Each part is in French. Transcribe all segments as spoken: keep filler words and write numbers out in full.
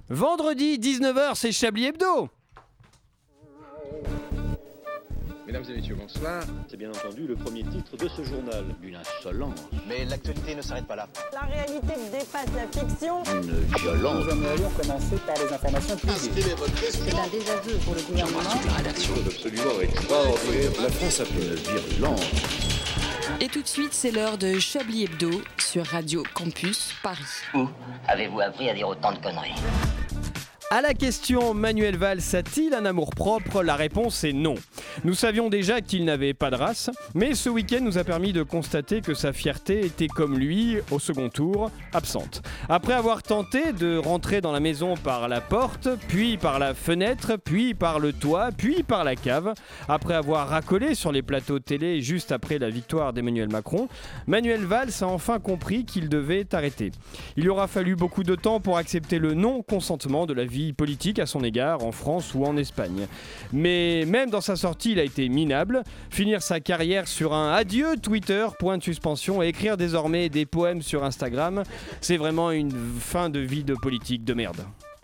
Vendredi dix-neuf heures, c'est Chablis Hebdo. Mesdames et messieurs, bonsoir. C'est bien entendu le premier titre de ce journal. Une insolence. Mais l'actualité ne s'arrête pas là. La réalité dépasse la fiction. Une violence. Nous aimerions commencer par les informations privées. C'est un désaveu pour le gouvernement. La rédaction est absolument extraordinaire. La France a fait une virulence. Et tout de suite, c'est l'heure de Chablis Hebdo sur Radio Campus Paris. Où avez-vous appris à dire autant de conneries ? À la question Manuel Valls a-t-il un amour-propre ? La réponse est non. Nous savions déjà qu'il n'avait pas de race, mais ce week-end nous a permis de constater que sa fierté était comme lui, au second tour, absente. Après avoir tenté de rentrer dans la maison par la porte, puis par la fenêtre, puis par le toit, puis par la cave, après avoir racolé sur les plateaux télé juste après la victoire d'Emmanuel Macron, Manuel Valls a enfin compris qu'il devait arrêter. Il lui aura fallu beaucoup de temps pour accepter le non-consentement de la vie politique à son égard en France ou en Espagne. Mais même dans sa sortie, il a été minable. Finir sa carrière sur un adieu Twitter, point de suspension, et écrire désormais des poèmes sur Instagram, c'est vraiment une fin de vie de politique de merde.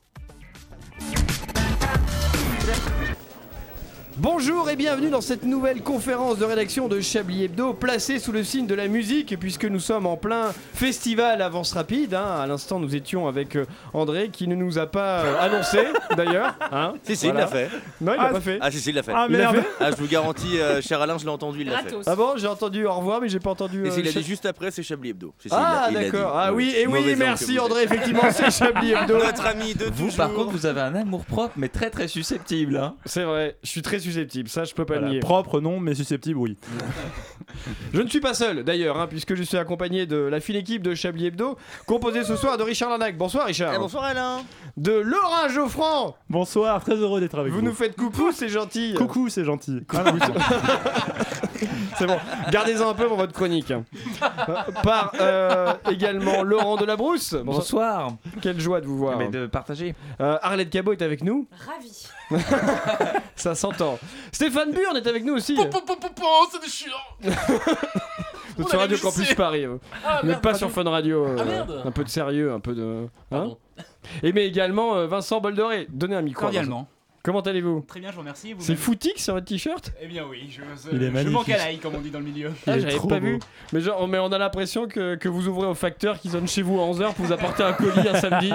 Bonjour et bienvenue dans cette nouvelle conférence de rédaction de Chablis Hebdo, placée sous le signe de la musique, puisque nous sommes en plein festival Avance Rapide. Hein. À l'instant, nous étions avec euh, André, qui ne nous a pas euh, annoncé, d'ailleurs. Hein. Si, si, voilà. il l'a fait. Non, il ah, l'a pas fait. Ah, si, si, il l'a fait. Ah, merde. Fait ah, je vous garantis, euh, cher Alain, je l'ai entendu, il l'a fait. Ah bon, j'ai entendu au revoir, mais j'ai pas entendu. Et euh, s'il a Ch- dit juste après, c'est Chablis Hebdo. Si, si, ah, il l'a, il d'accord. l'a dit. Ah oui, et oui, Mauvais merci homme que André, effectivement, c'est Chablis Hebdo. Notre ami de Vous, toujours. par contre, vous avez un amour propre, mais très très susceptible. Hein. C'est vrai, je suis très susceptible, ça je peux pas Voilà, le nier. propre non, mais susceptible oui. Je ne suis pas seul d'ailleurs, hein, puisque je suis accompagné de la fine équipe de Chablis Hebdo, composée ce soir de Richard Larnac. Bonsoir Richard. Eh, bonsoir Alain. De Laurent Geoffrand. Bonsoir, très heureux d'être avec vous. Vous nous faites coucou, c'est gentil. Coucou, c'est gentil. Ah, non, c'est bon, gardez-en un peu pour votre chronique. Par euh, également Laurent Delabrousse. Bonsoir. Bonsoir. Quelle joie de vous voir. Mais de partager. Euh, Arlette Cabot est avec nous. Ravi. Ça s'entend. Stéphane Burn est avec nous aussi. Po, po, po, po, po, c'est déchirant. Vous êtes sur Radio Campus Paris. Euh. Ah, mais merde, pas radio. sur Fun Radio. Euh, ah merde. Un peu de sérieux, un peu de. Hein. Pardon. Et mais également euh, Vincent Boldoré. Donnez un micro. Cordialement. Comment allez-vous ? Très bien, je vous remercie. Vous C'est footix sur votre t-shirt ? Eh bien oui, je, Il est je magnifique. manque à l'ail, comme on dit dans le milieu. Ah, Il est j'avais trop pas beau. vu. Mais, genre, mais on a l'impression que, que vous ouvrez au facteur qui sonne chez vous à onze heures pour vous apporter un colis un samedi.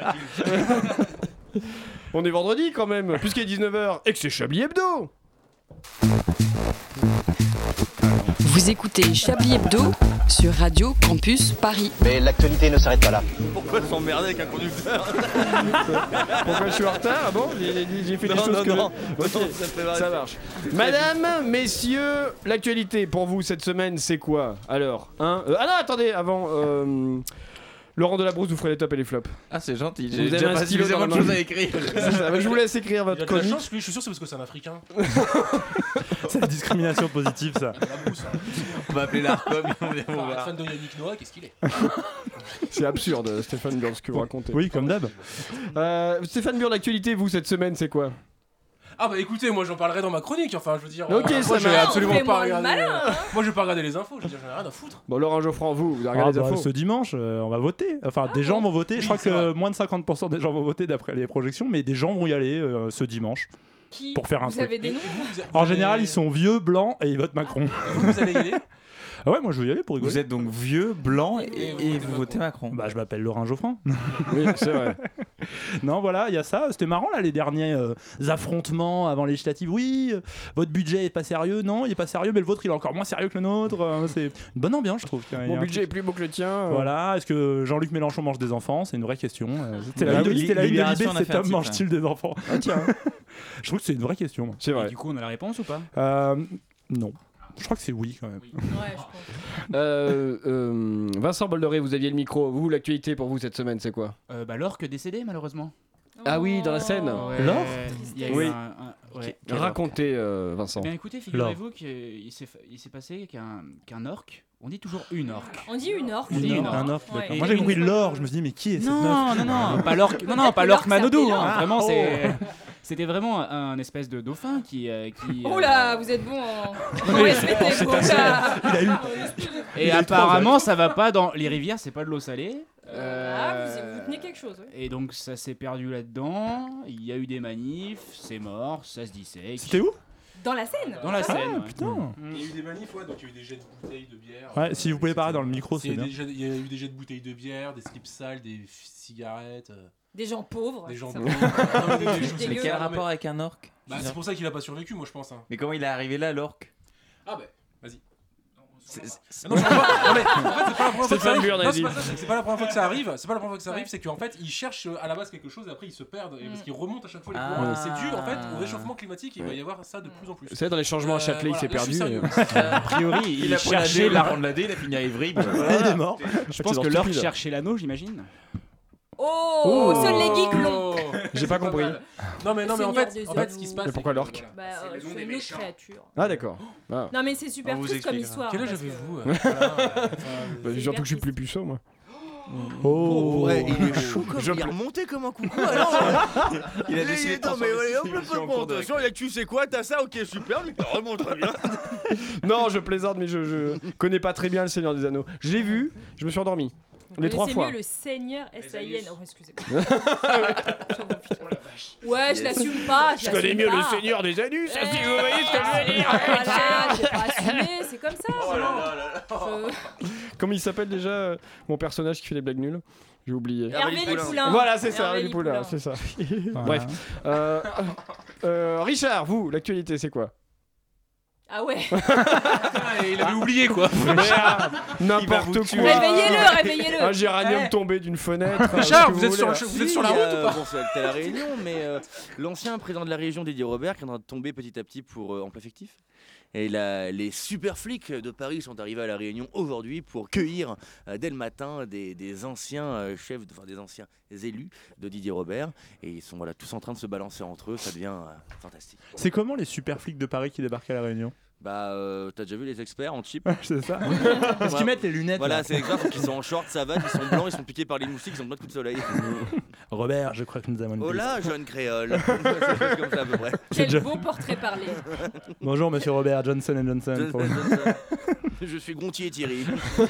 On est vendredi quand même, puisqu'il est dix-neuf heures et que c'est Chablis Hebdo. Vous écoutez Chablis Hebdo sur Radio Campus Paris. Mais l'actualité ne s'arrête pas là. Pourquoi s'emmerder avec un conducteur ? Pourquoi je suis en retard ? Ah bon ? J'ai, j'ai fait des Non, choses non, que... non. Ok, Non, ça fait mal. ça marche. Madame, messieurs, l'actualité pour vous cette semaine, c'est quoi ? Alors, hein euh, Ah non, attendez, avant... Euh... Laurent Delabrousse, vous ferez les tops et les flops. Ah, c'est gentil. Vous J'ai avez déjà un pas stylo suffisamment dans de la main. choses à écrire. C'est ça, bah, je vous laisse écrire Il a votre de la chronique. chance, lui, je suis sûr, c'est parce que c'est un Africain. C'est la discrimination positive ça. La brousse. On va appeler l'Arcom. On va Enfin, voir. fan de Yannick Noah, qu'est-ce qu'il est ? C'est absurde, Stéphane Burn, ce que vous racontez. Oui, comme d'hab. Euh, Stéphane Burn, l'actualité, vous, cette semaine, c'est quoi ? Ah bah écoutez, moi j'en parlerai dans ma chronique, enfin je veux dire. Ok, euh, ça moi je vais marche. absolument Fais-moi pas le regarder. malin, euh, Moi je vais pas regarder les infos, je veux dire, j'en ai rien à foutre. Bon, Laurent Geoffrand, vous, vous Ah, regardez les bah, infos. ce dimanche, euh, on va voter. Enfin, des gens vont voter. Oui, Je crois c'est que vrai. moins de cinquante pour cent des gens vont voter d'après les projections, mais des gens vont y aller euh, ce dimanche Qui pour faire un Vous truc. avez des noms ? Vous- vous En allez- général, ils sont vieux, blancs et ils votent Macron. Vous, vous allez y aller ? Ah ouais, moi je veux y aller pour rigoler. Vous êtes donc vieux, blanc et, Et vous et votez vous votez Macron. Bah, je m'appelle Laurent Geoffrand. Oui, c'est vrai. Non, voilà, il y a ça. C'était marrant là, les derniers euh, affrontements avant les législatives. Oui, euh, votre budget est pas sérieux. Non, il est pas sérieux, mais le vôtre il est encore moins sérieux que le nôtre. Euh, c'est une bonne ambiance, je trouve. Il y a Mon un budget est truc- plus beau que le tien. euh. Voilà, est-ce que Jean-Luc Mélenchon mange des enfants ? C'est une vraie question. Euh, C'était Bah la, une de- oui, c'était la une de Libération Libé, en a cet fait un homme titre, mange-t-il des enfants ? Ah, tiens, Je trouve que c'est une vraie question. c'est Et vrai. du coup, on a la réponse ou pas ? Euh, non. Je crois que c'est oui quand même. Ouais, je pense. Euh, euh, Vincent Boldoré, vous aviez le micro. Vous, l'actualité pour vous cette semaine, c'est quoi ? euh, Bah l'orque décédé malheureusement. Ah oui, dans la Seine. Ouais, L'orque Il y a eu Oui. un, un- ouais, quel Racontez, euh, Vincent. orque. Eh bien écoutez, figurez-vous qu'il s'est, il s'est passé qu'un, qu'un orque, on dit toujours une orque. On dit une orque. On dit une Un orque. orque, d'accord. Ouais. Moi j'ai compris l'or, je me suis dit mais qui est cette meuf ? Non, non, non, pas l'orque, non, non, Peut-être pas que l'orque l'orque Manodou, s'appelait hein. l'orque. Vraiment Oh. c'est... C'était vraiment un espèce de dauphin qui... euh, qui Oh euh, là, vous êtes bon en. En S V T, c'est quoi. assez- Oula. Il a eu. Et Il a eu apparemment ça va pas dans les rivières, c'est pas de l'eau salée. Ah, vous, vous tenez quelque chose. Oui. Et donc ça s'est perdu là-dedans, il y a eu des manifs, c'est mort, ça se dissèque. C'était où? Dans la Seine. Dans la Seine. Ah, ouais. putain. Mmh. Il y a eu des manifs, ouais, donc il y a eu des jets de bouteilles de bière. Ouais, euh, si vous pouvez parler dans le micro, c'est il y a bien. des jets- Il y a eu des jets de bouteilles de bière, des slips sales, des f- cigarettes. euh, Des gens pauvres. Des gens ça pauvres. va. Non, mais des- des choses Mais Dégueu. quel comme ça. rapport Non, mais- avec un orc? Bah, c'est pour ça qu'il a pas survécu, moi je pense. Hein. Mais comment il est arrivé là, l'orc? Ah, bah, vas-y. C'est- c'est- Ah non, je comprends pas. Non, mais en fait, c'est pas la première fois que ça Stéphane arrive. Burn a Non, c'est dit. pas ça, c'est que c'est pas la première fois que ça arrive. C'est pas la première fois que ça arrive, Ouais. c'est qu'en fait, ils cherchent à la base quelque chose et après ils se perdent et parce qu'ils remontent à chaque fois les Ah. courants. Et c'est dû en fait au réchauffement climatique. Et il va y avoir ça de plus en plus. Vous savez, dans les changements à Châtelet, il Euh, s'est voilà, là, je perdu. suis sérieux. et- A priori, il, Il a pris la D, cherchait il a la... prendre la D, il a fini à Évry. bah, Il est mort. Je pense que l'orque cherchait l'anneau, j'imagine. Oh, Oh. seuls les geeks l'ont. J'ai pas C'est compris. mal. Non mais non mais en Seigneur fait, des en fait, ce anneaux. qui se passe. Mais pourquoi c'est que, l'orque voilà. Bah, euh, c'est une autre créature. Ah, d'accord. Ah. Non, mais c'est super On vous triste comme expliquera. histoire. Quel âge parce que- avez-vous euh, voilà, euh, enfin, Bah, C'est surtout que je suis hyper plus puceau, moi. Oh. Ouais, il est chaud comme Je il est pla- remonté comme un coucou. Alors, Il a il décidé est de non mais transformer ouais, ses hop, hop, émissions en hop, cours de attention, il y a que tu sais quoi, t'as ça, ok super, mais ça remonte très bien. Non, je plaisante, mais je, je connais pas très bien le Seigneur des Anneaux. Je l'ai vu, je me suis endormi. Vous Les trois connaissez fois. mieux le Seigneur S A I N. Oh, excusez-moi. Ouais, je l'assume pas. Je connais l'assume mieux pas. le Seigneur des Anus, Eh, si vous voyez ce que je veux dire. Voilà, j'ai pas assumé, c'est comme ça. Oh là là là là. Je- Comment il s'appelle déjà euh, mon personnage qui fait des blagues nulles? J'ai oublié. Hervé Poulain. Lipoulin. Voilà, c'est ça, Hervé Hervé Lipoulin, Lipoulin. c'est ça. Voilà. Bref. Euh, euh, Richard, vous, l'actualité, c'est quoi? Ah ouais. Ah, il avait oublié quoi. N'importe quoi. Réveillez-le, réveillez-le. Un géranium tombé d'une fenêtre. Richard, ce que vous êtes voulez, sur là. le- vous êtes Si, sur la il y a- route ou pas Bon, c'était la Réunion, mais euh, l'ancien président de la région, Didier Robert, qui est en train de tomber petit à petit pour euh, emploi fictif. Et là, les super flics de Paris sont arrivés à la Réunion aujourd'hui pour cueillir euh, dès le matin des, des anciens euh, chefs, de- enfin des anciens élus de Didier Robert. Et ils sont voilà, tous en train de se balancer entre eux, ça devient euh, fantastique. C'est comment les super flics de Paris qui débarquent à la Réunion? Bah, euh, t'as déjà vu les experts en chip? C'est ça. Est-ce qu'ils mettent les lunettes? Voilà, là c'est exact, ils sont en short, savate, ils sont blancs, ils sont piqués par les moustiques, ils ont plein de coups de soleil. Robert, je crois que nous avons une Oh piste. là, jeune créole. C'est comme ça à peu près. Quel déjà- beau portrait parlé. Bonjour, monsieur Robert, Johnson and Johnson. pour- Je suis Gontier Thierry.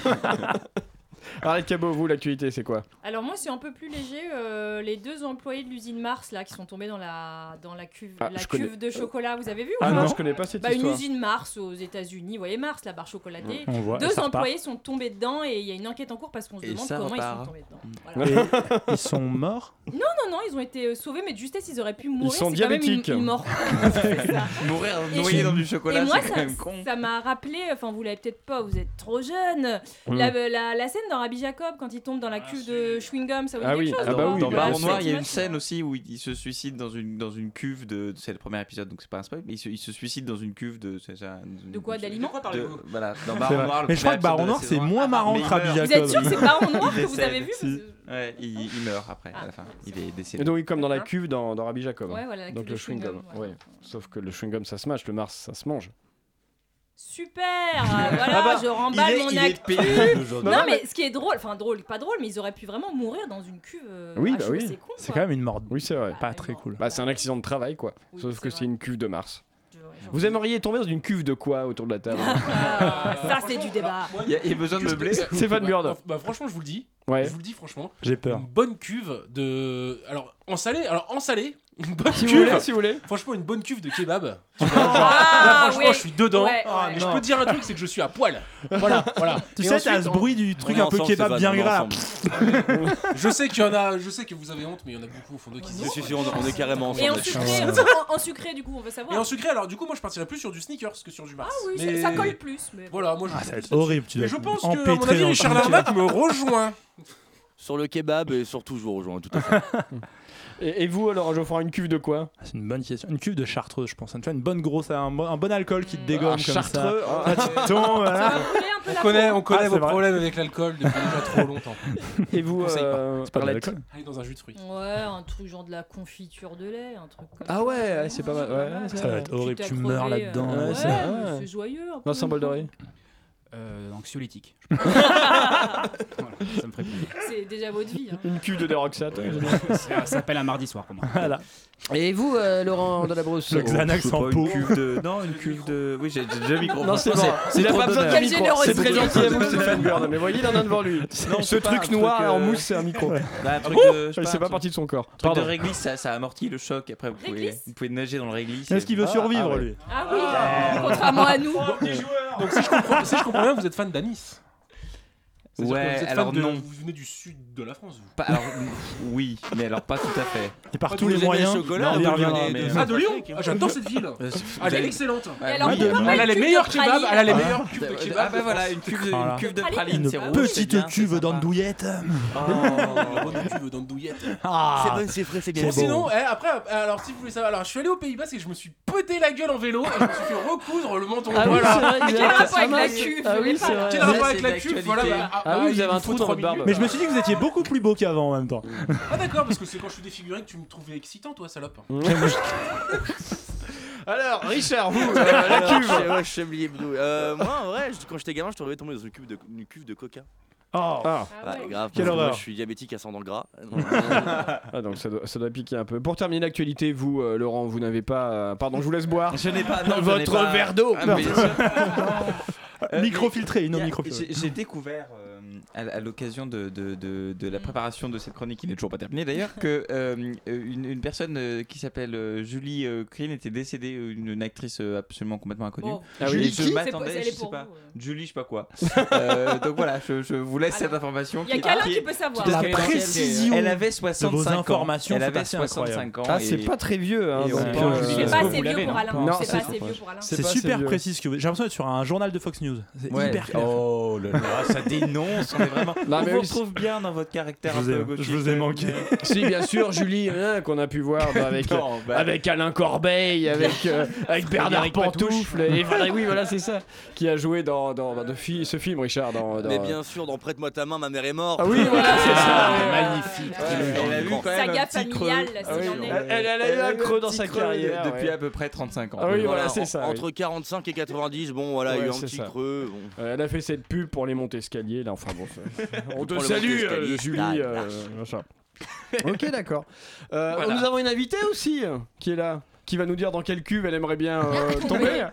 Arrête Cabot, vous, l'actualité, c'est quoi? Alors moi c'est un peu plus léger. euh, les deux employés de l'usine Mars là qui sont tombés dans la dans la cuve Ah, la je cuve connais. de chocolat. Vous avez vu ou Ah pas non, je connais pas cette Bah, une histoire. usine Mars aux États-Unis. Vous voyez Mars, la barre chocolatée. On voit, Deux ça repart. employés sont tombés dedans et il y a une enquête en cours parce qu'on se Et demande ça comment ils repart. sont tombés dedans. Voilà. Et ils sont morts? Non non ils ont été euh, sauvés mais de justesse ils auraient pu mourir. sont c'est quand même une, diabétiques. une mort. C'est ça. Mourir Et noyé je- dans du Et chocolat, moi, c'est quand ça, même con. ça m'a rappelé, enfin vous l'avez peut-être pas, vous êtes trop jeune, Mm. la, la, la scène dans Rabbi Jacob quand il tombe dans la cuve de chewing-gum, ça vous dit Ah quelque oui, chose ah ou bah pas oui, Dans bah, Baron c'est- Noir, il y a une Imagine- scène aussi où il, il se suicide dans une, dans une cuve de. C'est le premier épisode, donc c'est pas un spoil, mais il se, il se suicide dans une cuve de. c'est ça, une- De quoi, d'aliments de- Voilà, dans C'est Baron vrai. Noir. le Mais je crois premier que Baron épisode de Noir, la c'est saison moins un. marrant Mais que il Rabbi meurt. Jacob. Vous êtes sûr que c'est pas en noir Il que vous avez décède. vu Si. Ouais, il, il meurt après, à la fin. Il est Et décédé. donc, oui, comme dans la D'accord. cuve dans, dans Rabbi Jacob. Ouais, voilà, la Donc cuve le de chewing-gum, chewing-gum. ouais. Ouais. Sauf que le chewing-gum, ça se mâche, le Mars, ça se mange. Super, voilà, Ah bah, je remballe il est, mon il est actu. payé aujourd'hui. Non mais ce qui est drôle, enfin drôle, pas drôle, mais ils auraient pu vraiment mourir dans une cuve. euh, Oui, à bah chaud, oui. C'est con. C'est quoi. quand même une mort Oui, c'est vrai. pas très cool. Bah, c'est un accident de travail, quoi. Oui, Sauf c'est que vrai. c'est une cuve de Mars. Je- ouais, j'en Vous fais- aimeriez tomber dans une cuve de quoi autour de la table? Ah, ça c'est du débat. Il y a, il y a besoin de meubler. Stéphane Burd. Bah, bah, franchement, je vous le dis. Ouais. Je vous le dis franchement. J'ai peur. Une bonne cuve de. Alors en salé, alors en salé, une bonne Si vous cuve. voulez, si vous voulez. Franchement, une bonne cuve de kebab. Tu vois, genre, Ah, là, franchement, oui. je suis dedans. Ouais, Ah, ouais. mais je Non. peux te dire un truc, c'est que je suis à poil. Voilà, voilà. Tu Et sais, ensuite, t'as ce en- bruit du truc On est un peu ensemble, kebab Stéphane, bien on est gras. là. ensemble. Je sais qu'il y en a, je sais que vous avez honte, mais il y en a beaucoup au fond d'eux qui Je suis sûr, on, on est carrément ensemble. Et en là-dessus. sucré, en, en sucré du coup, on veut Et savoir. en sucré, alors du coup, moi je partirais plus sur du sneakers que sur du Mars. Ah oui, mais... ça, ça colle plus. Mais... Voilà, moi je. Ah, ça va être horrible. Tu Mais dois je pense être que, à mon empêtré avis, dans le Richard cimetière. Larnac me rejoint. Sur le kebab et sur tout, je vous rejoins, tout à fait. Et, et vous, alors, je vais faire une cuve de quoi? Ah, c'est une bonne question. Une cuve de chartreuse, je pense. Tu vois, une bonne grosse, un bon, un bon alcool qui te dégomme Ah, comme chartreux. ça. Ah, Ah, tu tombes, Ça voilà. va brûler un peu On la connaît, peau. on connaît Ah, vos c'est vrai. problèmes avec l'alcool depuis déjà trop longtemps. Et vous, Conseille pas. euh, C'est pas de Arlette? l'alcool. Allez dans un jus de fruits. Ouais, un truc genre de la confiture de lait, un truc comme Ah ça. ouais, ouais, c'est pas mal. Ouais, mal. ça Ça va être horrible, Quitte à tu meurs crever, là-dedans. euh, Ouais, Ouais, c'est- mais ouais. c'est joyeux. un peu. Vincent Boldoré. Euh, anxiolytique. Voilà, ça me ferait plaisir. C'est déjà votre vie. Hein. Une cuve de déroxate. Ça s'appelle un mardi soir pour moi. Voilà. Et vous, euh, Laurent Delabrousse? Le Xanax en pot. Une cuve de... Non, une cuve de... Oui, j'ai j'ai déjà mis Non, c'est bon. C'est Il a trop pas besoin de d'honneur. micro. Quelle C'est très générosité. gentil à vous, Stéphane Burn. Mais voyez, il en a devant lui. Non, Ce c'est pas truc un noir truc, en euh, mousse, c'est un micro. Bah, un truc Oh de... je sais Il pas, fait un pas truc- partie de son corps. truc Pardon. de réglisse, ça, ça amortit le choc. Après, vous pouvez, Réglisse vous pouvez nager dans le réglisse. Est-ce qu'il veut Ah, survivre, ah ouais. lui? Ah oui, contrairement à nous. Donc si je comprends, si je comprends bien, vous êtes fan d'Anis. C'est-à-dire que Ouais, vous êtes alors fan de- non. Vous venez du sud de la France, vous. Pas- alors, oui, mais alors pas tout à fait. Et par Pas tous de les vous aimez moyens, le chocolat, on y vous reviendra. venez mais- de- Ah, de Lyon. Ah, j'adore cette ville. Euh, vous Elle est avez- excellente. Et alors, oui, pourquoi il y a- pas Elle a une les cuve meilleurs de kebabs. praline Elle a les Ah. meilleurs cubes de Ah kebab. bah voilà, une cuve de, Voilà. une cuve de Praline. praline, Une c'est rouge, c'est petite bien, c'est cuve sympa. d'andouillette. La bonne cuve d'andouillette. C'est Ah, bon, c'est frais, c'est bien. Bon, C'est sinon, bon. eh, après, euh, alors si vous voulez savoir, alors je suis allé aux Pays-Bas et je me suis pété la gueule en vélo et je me suis fait recoudre le menton. Ah oui, Voilà. c'est vrai, Quel exact. rapport avec Ça la marche. cuve? Ah Je oui, l'ai c'est pas. vrai. Quel Ça, rapport c'est avec la cuve? d'actualité. Voilà. bah, Ah bah, oui, vous il avez me un faut trou dans trois votre barbe. minutes. mais je me suis dit que vous étiez beaucoup plus beau qu'avant en même temps. Ah d'accord, parce que c'est quand je suis défiguré que tu me trouvais excitant, toi, salope. Alors, Richard, vous, euh, la cuve. Ouais, Chablis Hebdo. Euh, moi, en vrai, je- quand j'étais gamin, je trouvais tomber dans une cuve de, une cuve de coca. Oh. Ah. Ah Ouais, ouais. grave. Quelle parce que moi, horreur. je suis diabétique à cent dans le gras. Ah, donc ça doit, ça doit piquer un peu. Pour terminer l'actualité, vous, euh, Laurent, vous n'avez pas. euh, Pardon, je vous laisse boire. Je n'ai pas. Non, je Votre n'ai pas- verre d'eau. Ah, bien sûr. Euh, Microfiltré, non mais microfiltré. J'ai j'ai découvert euh, à, à l'occasion de, de, de, de la préparation de cette chronique, qui n'est toujours pas terminée d'ailleurs, que euh, une, une personne euh, qui s'appelle euh, Julie euh, Crine était décédée, euh, une, une actrice euh, absolument complètement inconnue. Bon. Ah oui. Julie, Qui je C'est m'attendais, pas- je elle est sais pour pas. vous, euh. Julie, je sais pas quoi. Euh, donc voilà, je, je vous laisse cette information. Il y a qui- qu'Alain qui qui est- peut savoir. La qu'elle est dans- précision Elle avait de soixante-cinq vos ans. informations Elle sont avait assez soixante-cinq ans. Ah, c'est et- pas très vieux. Hein, et donc, on euh, pense- C'est Est-ce pas que assez vous vieux l'avez, pour non Alain. Non, C'est c'est- pas assez vieux pour Alain. c'est C'est pas assez super vieux. précis ce que vous... J'ai l'impression d'être sur un journal de Fox News. C'est Ouais. hyper clair. Oh là là, ça dénonce, on est vraiment. Non, on mais vous oui, retrouve bien dans votre caractère Je un vous ai- peu gauchiste. je vous ai manqué. Si, bien sûr, Julie, hein, qu'on a pu voir bah, avec, Non, bah- avec Alain Corbeil, avec, euh, avec Bernard Frédéric Patouche. Pantoufle. Et voilà, oui, voilà, c'est ça. Qui a joué dans, dans, dans de fi- ce film, Richard. Dans, dans- Mais bien sûr, dans Prête-moi ta main, ma mère est morte. Ah oui, voilà, c'est ça. Ah, ouais. magnifique. Ouais, Elle a vu quand même Saga un petit creux. familiale, Ah s'il oui, en est. elle, elle- elle a eu un creux dans petit sa creux carrière. de- depuis ouais. à peu près trente-cinq ans. Ah oui, Voilà, voilà, c'est en- ça. Entre oui. quarante-cinq et quatre-vingt-dix, bon, voilà, il y a eu Ouais, un c'est petit ça. creux. Bon. Euh, Elle a fait cette pub pour les montées escaliers, là, enfin bon. c'est- On te Pour le salue, monter euh, escalier, Julie. là, euh, là. machin. Ok, d'accord. Euh, Voilà. Nous avons une invitée aussi euh, qui est là, qui va nous dire dans quelle cuve elle aimerait bien euh, tomber.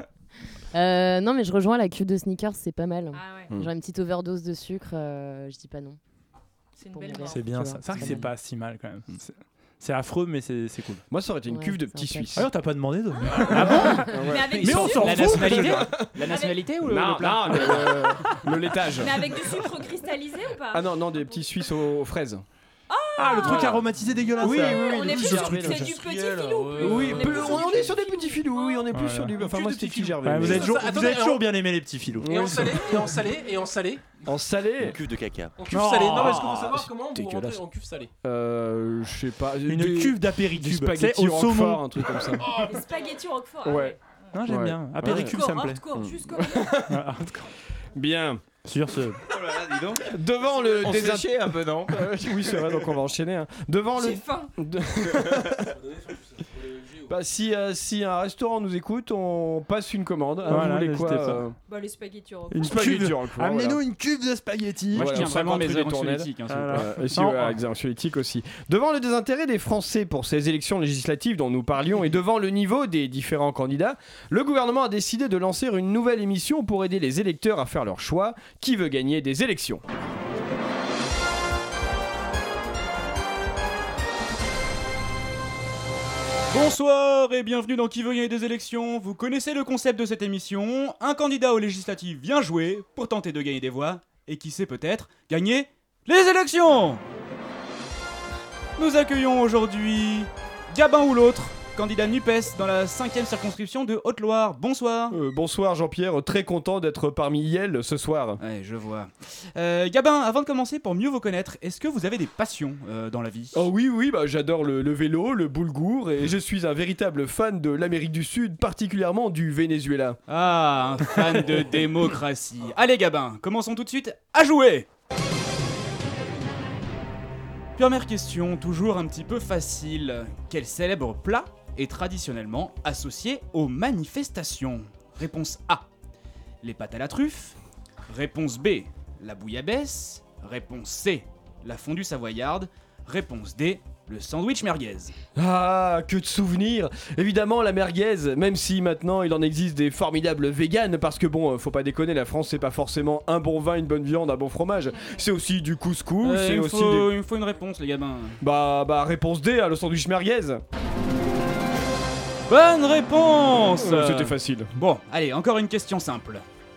Euh, non, mais je rejoins la cuve de sneakers, c'est pas mal. Ah ouais. Hmm. Genre une petite overdose de sucre, euh, je dis pas non. C'est une Pour belle mon mort. C'est bien Tu ça. vois, C'est vrai que c'est c'est pas pas si mal quand même. C'est- C'est affreux, mais c'est c'est cool. Moi, ça aurait été une Ouais, cuve de c'est petits un Suisses. Ah, t'as pas demandé de. Ah bon Mais avec Mais du on sucre. s'en La fout. nationalité La nationalité ou le, Non, le plat non, le, le laitage. Mais avec du sucre cristallisé ou pas? Ah non, non, des petits Suisses aux, aux fraises. Ah, le truc Voilà. aromatisé dégueulasse. Oui, là. oui, oui, On le est petit plus sur gervais, c'est là. du petit industriel, filou. ouais, plus. Oui, ouais, peu- ouais. on est sur des petits filous, oui, on est plus Voilà. sur du. Enfin, Une moi, cuve de c'était petits petit gervais. Ouais, vous mais- avez toujours, Ça, vous attendez, avez toujours alors- bien aimé les petits filous. Et en salé, et en salé, et en salé. En salé Une cuve de caca. En cuve Oh, salée. Non, mais est-ce qu'on veut savoir comment vous dégueulasse. rentrez en cuve salée? Euh. Je sais pas. Une des- cuve Du d'apéritif. C'est spaghetti au roquefort, saumon. un truc comme ça. Des spaghettis roquefort. Ouais. Non, j'aime Ouais. bien. Apéricube, ça me plaît. Hardcore, jusqu'au. Ah, Bien. Sur ce. Oh là là, dis donc. Devant le On se fait désint- chier un peu, non? Euh, oui, c'est vrai, donc on va enchaîner. hein. Devant le. J'ai faim. de- Bah, si, euh, si un restaurant nous écoute, on passe une commande. hein, Voilà, vous voulez quoi n'hésitez pas. euh, Bah, les spaghettis roquefort. Une spaghetti cuve. roquefort, Amenez-nous voilà. une cuve de spaghetti. Moi, je Voilà, tiens vraiment cinquante mes rue heures des Tournelles. anxiolytiques. hein, s'il vous Voilà. plaît. Euh, et si, Non, ouais, ah. avec des anxiolytiques aussi. Devant le désintérêt des Français pour ces élections législatives dont nous parlions et devant le niveau des différents candidats, le gouvernement a décidé de lancer une nouvelle émission pour aider les électeurs à faire leur choix. Qui veut gagner des élections? Bonsoir et bienvenue dans Qui veut gagner des élections. Vous connaissez le concept de cette émission. Un candidat aux législatives vient jouer pour tenter de gagner des voix et qui sait peut-être gagner les élections. Nous accueillons aujourd'hui Gabin ou l'autre, candidat NUPES dans la cinquième circonscription de Haute-Loire. Bonsoir. Euh, bonsoir Jean-Pierre, très content d'être parmi Yel ce soir. Ouais, je vois. Euh, Gabin, avant de commencer, pour mieux vous connaître, est-ce que vous avez des passions euh, dans la vie? Oh oui, oui, bah, j'adore le, le vélo, le boulgour et je suis un véritable fan de l'Amérique du Sud, particulièrement du Venezuela. Ah, un fan de démocratie. Allez Gabin, commençons tout de suite à jouer. Première question, toujours un petit peu facile. Quel célèbre plat est traditionnellement associé aux manifestations? Réponse A. Les pâtes à la truffe. Réponse B, la bouillabaisse. Réponse C, la fondue savoyarde. Réponse D, le sandwich merguez. Ah, que de souvenirs. Évidemment la merguez, même si maintenant il en existe des formidables véganes, parce que bon, faut pas déconner, la France c'est pas forcément un bon vin, une bonne viande, un bon fromage. C'est aussi du couscous, Euh, c'est il, me aussi faut, des... il me faut une réponse, les gamins. Bah, bah, réponse D, à le sandwich merguez. Bonne réponse. Euh, C'était facile. Bon, allez, encore une question simple.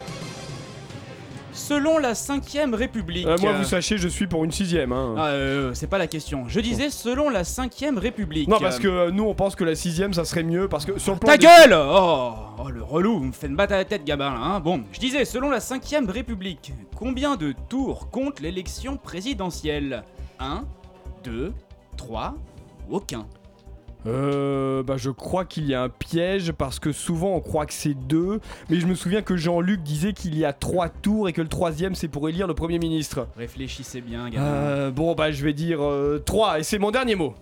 Selon la cinquième République... Euh, moi, vous sachez, je suis pour une sixième. Hein. Ah, euh, c'est pas la question. Je disais selon la cinquième République... Non, parce que euh, nous, on pense que la sixième, ça serait mieux, parce que sur le plan Ta des- gueule oh, oh, le relou, vous me faites me battre à la tête, gamin, là, hein. Bon, je disais, selon la cinquième République, combien de tours compte l'élection présidentielle? un, deux, trois ou aucun? Euh, bah je crois qu'il y a un piège parce que souvent on croit que c'est deux, mais je me souviens que Jean-Luc disait qu'il y a trois tours et que le troisième c'est pour élire le Premier ministre. Réfléchissez bien, gamin. Euh, bon bah je vais dire euh, trois et c'est mon dernier mot.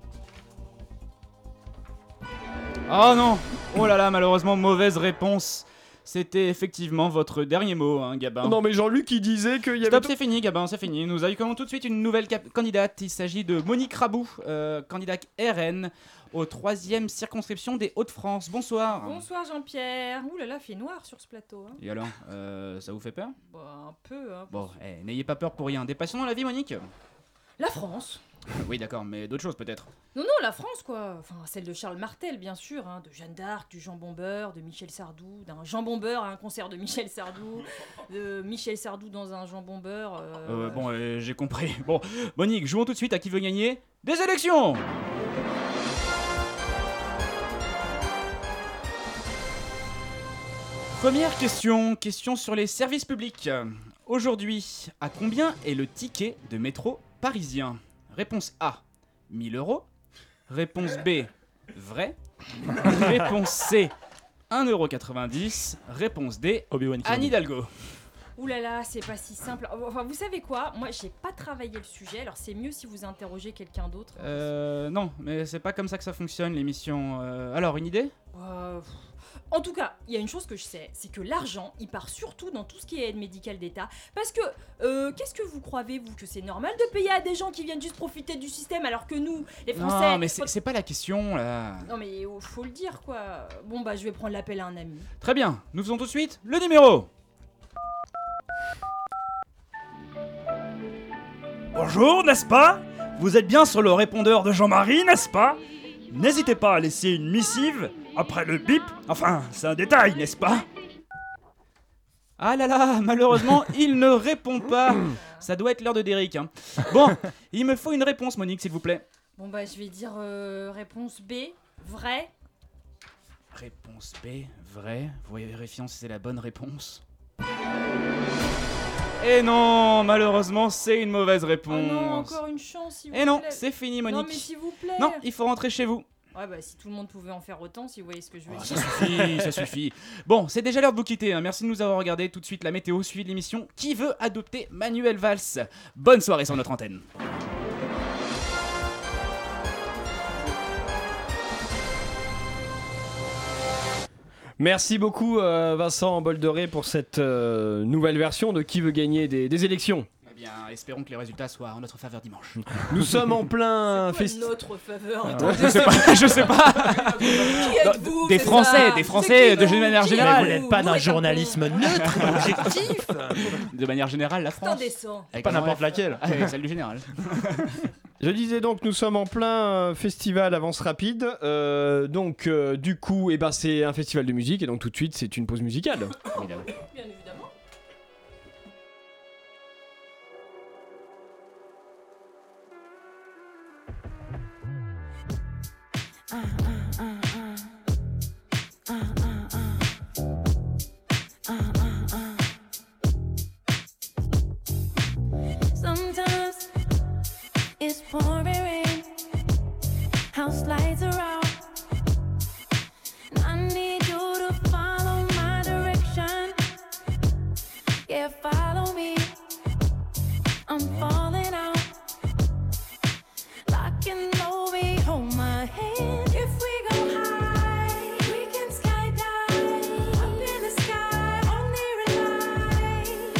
Oh non. Oh là là, malheureusement, mauvaise réponse. C'était effectivement votre dernier mot, hein, Gabin. Non mais Jean-Luc il disait qu'il y avait... Stop, c'est fini, Gabin, c'est fini. Nous accueillons tout de suite une nouvelle cap- candidate. Il s'agit de Monique Rabou, euh, candidate R N aux troisième circonscription des Hauts-de-France. Bonsoir. Bonsoir Jean-Pierre. Ouh là là, fait noir sur ce plateau. Hein. Et alors, euh, ça vous fait peur? Bah, un peu. Hein. Bon, eh, n'ayez pas peur pour rien. Des passions dans la vie, Monique? La France. Oui, d'accord, mais d'autres choses peut-être. Non, non, la France quoi. Enfin, celle de Charles Martel, bien sûr. Hein, de Jeanne d'Arc, du Jean Bombeur, de Michel Sardou, d'un Jean Bombeur à un concert de Michel Sardou, de Michel Sardou dans un Jean Bombeur. Euh... Euh, bon, euh, j'ai compris. Bon, Monique, jouons tout de suite à qui veut gagner des élections. Première question, question sur les services publics. Aujourd'hui, à combien est le ticket de métro parisien? Réponse A, mille euros. Réponse B, vrai. Réponse C, un euro quatre-vingt-dix. Réponse D, Anne Hidalgo. Ouh là là, c'est pas si simple. Enfin, vous savez quoi? Moi, j'ai pas travaillé le sujet, alors c'est mieux si vous interrogez quelqu'un d'autre. Euh, non, mais c'est pas comme ça que ça fonctionne l'émission. Euh, alors, une idée? Euh, pff. En tout cas, il y a une chose que je sais, c'est que l'argent, il part surtout dans tout ce qui est aide médicale d'État. Parce que, euh, qu'est-ce que vous croyez, vous, que c'est normal de payer à des gens qui viennent juste profiter du système alors que nous, les Français... Non, mais c'est c'est pas la question, là. Non mais oh, faut le dire, quoi. Bon, bah, je vais prendre l'appel à un ami. Très bien, nous faisons tout de suite le numéro. Bonjour, n'est-ce pas? Vous êtes bien sur le répondeur de Jean-Marie, n'est-ce pas? N'hésitez pas à laisser une missive après le bip. Enfin, c'est un détail, n'est-ce pas? Ah là là, malheureusement, il ne répond pas. Ça doit être l'heure de Derrick. Hein. Bon, il me faut une réponse, Monique, s'il vous plaît. Bon, bah, je vais dire euh, réponse B, vrai. Réponse B, vrai. Vérifions si c'est la bonne réponse. Et non, malheureusement, c'est une mauvaise réponse. Oh non, encore une chance, s'il vous plaît. Et non, c'est fini, Monique. Non, mais s'il vous plaît. Non, il faut rentrer chez vous. Ouais, bah, si tout le monde pouvait en faire autant, si vous voyez ce que je veux Oh, dire. ça suffit, ça suffit. Bon, c'est déjà l'heure de vous quitter. Hein. Merci de nous avoir regardé. Tout de suite, la météo suivi de l'émission Qui veut adopter Manuel Valls? Bonne soirée sur notre antenne. Merci beaucoup euh, Vincent Boldoré pour cette euh, nouvelle version de Qui veut gagner des, des élections. Eh bien, espérons que les résultats soient en notre faveur dimanche. Nous sommes en plein C'est festival. notre faveur. Ah, je sais pas, je sais pas. Qui êtes-vous, Des c'est Français, ça? des Français de manière Qui générale. êtes-vous? Vous n'êtes pas d'un Nous, journalisme neutre et objectif. De manière générale, la C'est France. indécent. Avec Pas un grand n'importe F. laquelle. Ah, oui, celle du général. Je disais donc nous sommes en plein euh, festival Avance Rapide. Euh, donc euh, du coup, eh ben, c'est un festival de musique et donc tout de suite c'est une pause musicale. Évidemment. Bien évidemment. Sometimes it's pouring rain, house lights are out, and I need you to follow my direction. Yeah, follow me. I'm falling out, lock and load, hold my hand. If we go high, we can skydive up in the sky, only rely.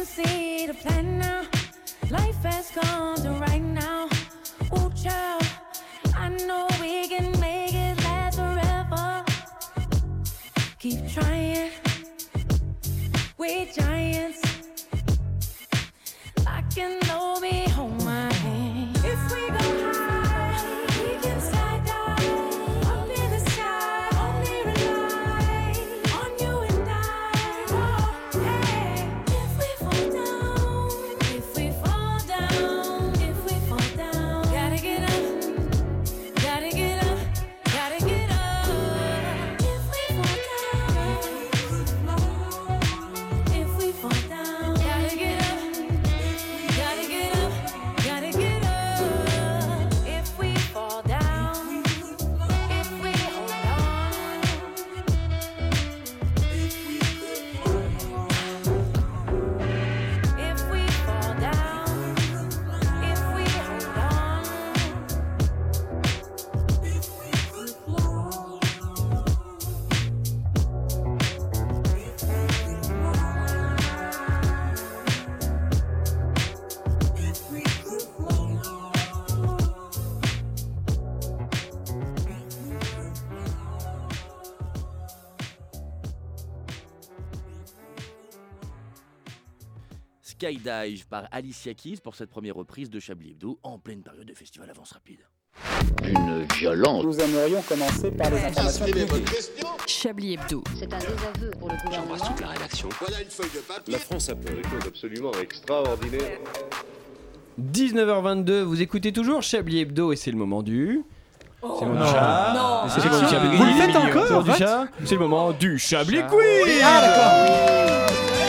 can see the plan now. Life has come to right now. Ooh, child, I know we can make it last forever. Keep trying. We're giants. I can know me hold my hand. If we go high, we can slide down. Up in the sky, only rely on you and I. Oh, hey. If we fall down, if we fall down, if we fall down, gotta get up, gotta get up, gotta get up. If we fall down, if we fall down, gotta get up. Gotta get up, gotta get up. If we fall down, if we hold on, if we fall down, if we hold on. Skydive par Alicia Keys pour cette première reprise de Chablis Hebdo en pleine période de festival Avance Rapide. Une violence. Nous aimerions commencer par les informations publiques. Chablis Hebdo. C'est un désaveu pour le gouvernement. toute la rédaction. Voilà une feuille de papier. La France a fait des choses absolument extraordinaires. dix-neuf heures vingt-deux, vous écoutez toujours Chablis Hebdo et c'est le moment du... Oh. C'est le moment Non. du chat. Non. C'est le moment du Chablis. Vous le faites encore, C'est le moment en du fait chat. C'est le moment du Chablis Chat. Quiz. Ah, d'accord.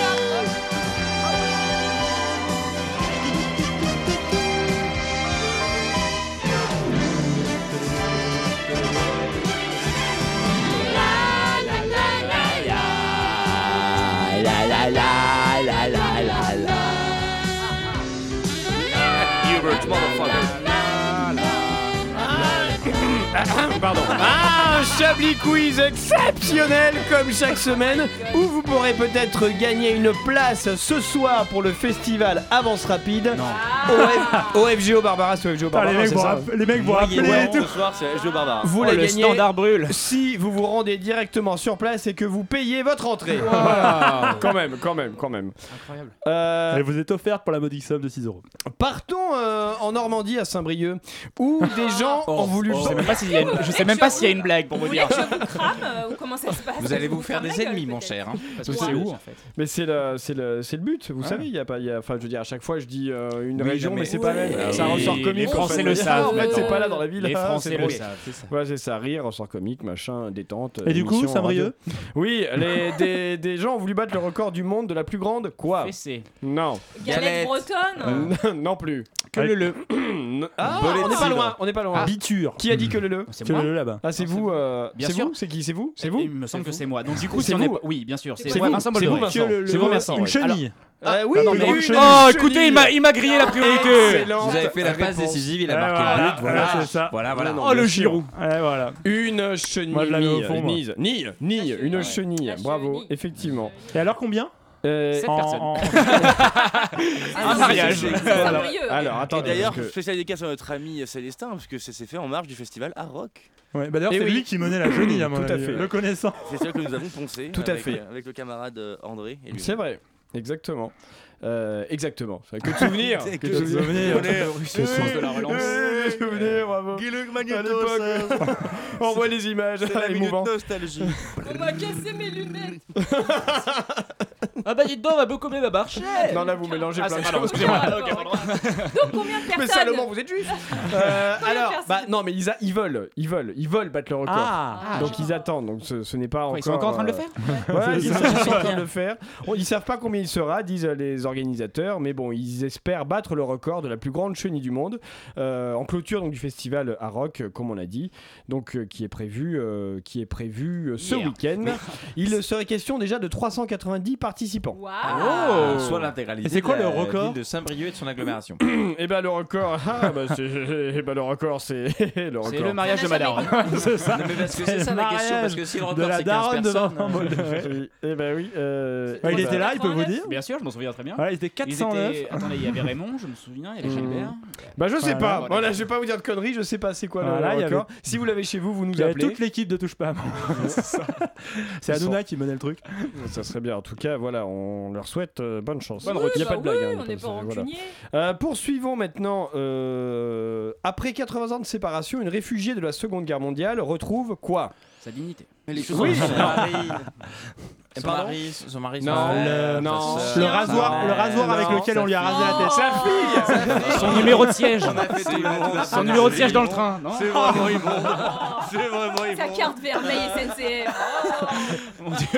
Hubert, motherfucker. Pardon. Ah, un Chablis Quiz exceptionnel comme chaque semaine où vous pourrez peut-être gagner une place ce soir pour le festival Avance Rapide. au F G O Barbara, c'est au F G O Putain, Barbara. les mecs c'est vont ça rapp- les mecs vont rappeler et tout. Ce soir, c'est F G O Barbara. Vous Oh, la le gagnez standard brûle. si vous vous rendez directement sur place et que vous payez votre entrée. Wow. Voilà. Quand même, quand même, quand même. Incroyable. Euh, Elle vous est offerte pour la modique somme de six euros. partons euh, en Normandie à Saint-Brieuc où des gens Oh, ont voulu. Je sais même pas s'il y a une, je sais même pas s'il y a une blague pour vous dire. Je vous crame euh, ou comment ça se passe? Vous allez vous faire ferme des la gueule, ennemis, mon peut-être. cher. hein. Parce que Ouais. c'est où en fait? Mais c'est le, c'est le, c'est le but. Vous Ouais. savez, il y a pas, il y a, enfin, je veux dire, à chaque fois, je dis euh, une Oui, région, non, mais, mais- c'est pas Ouais. là. Ah C'est un oui, ressort les comique. Français en fait. le savent, En fait, c'est maintenant. pas là dans la ville. Les ah, Français c'est le drôle. savent, c'est ça. Ouais, c'est ça, rire, ressort comique, machin, détente. Et du coup, émission, Saint-Brieuc radio. Oui, les, des, des gens ont voulu battre le record du monde de la plus grande. Quoi? Fessé. Non. Galette bretonne. Euh, non plus. Que le le. Ah, Bolet on de n'est pas cidre. loin. On n'est pas loin. Biture. Qui a dit que le le? C'est Que moi. le là-bas. Ah, c'est vous. euh, Bien c'est sûr. vous. C'est qui? C'est vous. C'est vous. Il me semble que c'est moi. Donc du coup, C'est si on est vous. pas- oui, bien sûr, c'est C'est moi, vous. Vincent C'est vous, Bolloré. Vincent. Que le- C'est vous, le- Vincent. Une ouais. chenille. Euh, oui, non, oui, mais oui, une une chenille. Oh, chenille. écoutez, il m'a il m'a grillé la priorité. Excellente Vous avez fait la passe réponse. décisive, il a Ouais, marqué voilà, le but. voilà, Voilà, c'est ça. Voilà, voilà. Non, Oh le bien sûr. Giroud. Ouais, voilà. Une chenille. Moi, je l'avais au fond, moi. Mise. Nille. Nille. Une chenille. La Bravo. chenille. Effectivement. Et alors combien Euh, Sept En- personnes. en- Un mariage. C'est Voilà. Saint-Brieuc. Alors, Et attendez. d'ailleurs, parce que- spécial dédicace à notre ami Célestin, parce que ça s'est fait en marge du festival à Rock. Ouais, bah d'ailleurs, Eh c'est oui. lui qui menait la chenille, à mon Tout à avis, fait. le connaissant. Festival que nous avons poncé. Tout à avec, fait. euh, Avec le camarade euh, André. et lui. C'est vrai. Exactement. Euh, exactement. Ça fait que de souvenirs. C'est Que que de de souvenirs. Ce sens de la relance. Euh, souvenirs, bravo. À l'époque, on voit les images. C'est la minute émouvantes. nostalgie. On m'a cassé mes lunettes. Ah bah dites donc, on va beaucoup mieux ma marche. Non, là, vous mélangez Ah, plein c'est de pardon, choses. excusez-moi. Ah, Ok, pardon. Donc combien de Mais personnes? seulement, vous êtes juste. Euh, Combien de alors, personnes bah non, mais ils, a- ils veulent, ils veulent, ils veulent battre le record. Ah, Donc ils attendent. Donc ce, ce n'est pas encore. Ils sont encore en train de le faire Ouais, C'est ils ça. sont ils sont en train de le faire. On- Ils savent pas combien il sera, disent les organisateurs, mais bon, ils espèrent battre le record de la plus grande chenille du monde euh, en clôture donc du festival à Rock, euh, comme on a dit, donc euh, qui est prévu, euh, qui est prévu euh, ce Hier. week-end. Il serait question déjà de trois cent quatre-vingt-dix participants participants. Ah, soit l'intégralité. Et c'est quoi de le la record ville de Saint-Brieuc et de son agglomération. Et ben le record, ah, bah, c'est, eh ben, le record, c'est le record. C'est le mariage de madame. C'est ça. Non, mais parce que c'est ça la question, parce que si le de record la c'est quinze daronne de personnes. Vincent Bolloré. Oui. Eh ben oui. euh, Ouais, il eh était ben- là, il peut vous dire. Bien sûr, je m'en souviens très bien. Ouais, il était quatre cent neuf. Ils étaient- Attendez, il y avait Raymond, je me souviens, il y avait Gilbert. Bah je sais Voilà. pas. Voilà, je vais pas vous dire de conneries, je sais pas c'est quoi Voilà, le il y record. avait- Si vous l'avez chez vous, vous nous Il y avait appelez. toute l'équipe de Touche pas à moi. C'est Hanouna qui menait le truc. Ça serait bien. En tout cas, voilà, on leur souhaite euh, bonne chance. Bonne Il route. n'y a pas Bah de blague. oui, hein, on n'est pas voilà. rancunier. Euh, poursuivons maintenant. euh, Après quatre-vingts ans de séparation, une réfugiée de la Seconde Guerre mondiale retrouve quoi? Sa dignité. Mais les choses Oui. sont- Son mari. Son Pardon mari, son mari, son Non, frère, le- non. sa Le sœur, rasoir, sa le mère. rasoir avec Non, lequel sa on lui a rasé fille. la tête. Sa fille. Son numéro de siège. On a fait tout le monde. Son numéro de siège dans le train, non C'est vraiment immonde. C'est vraiment Sa immonde. carte vermeille S N C F. Mon dieu.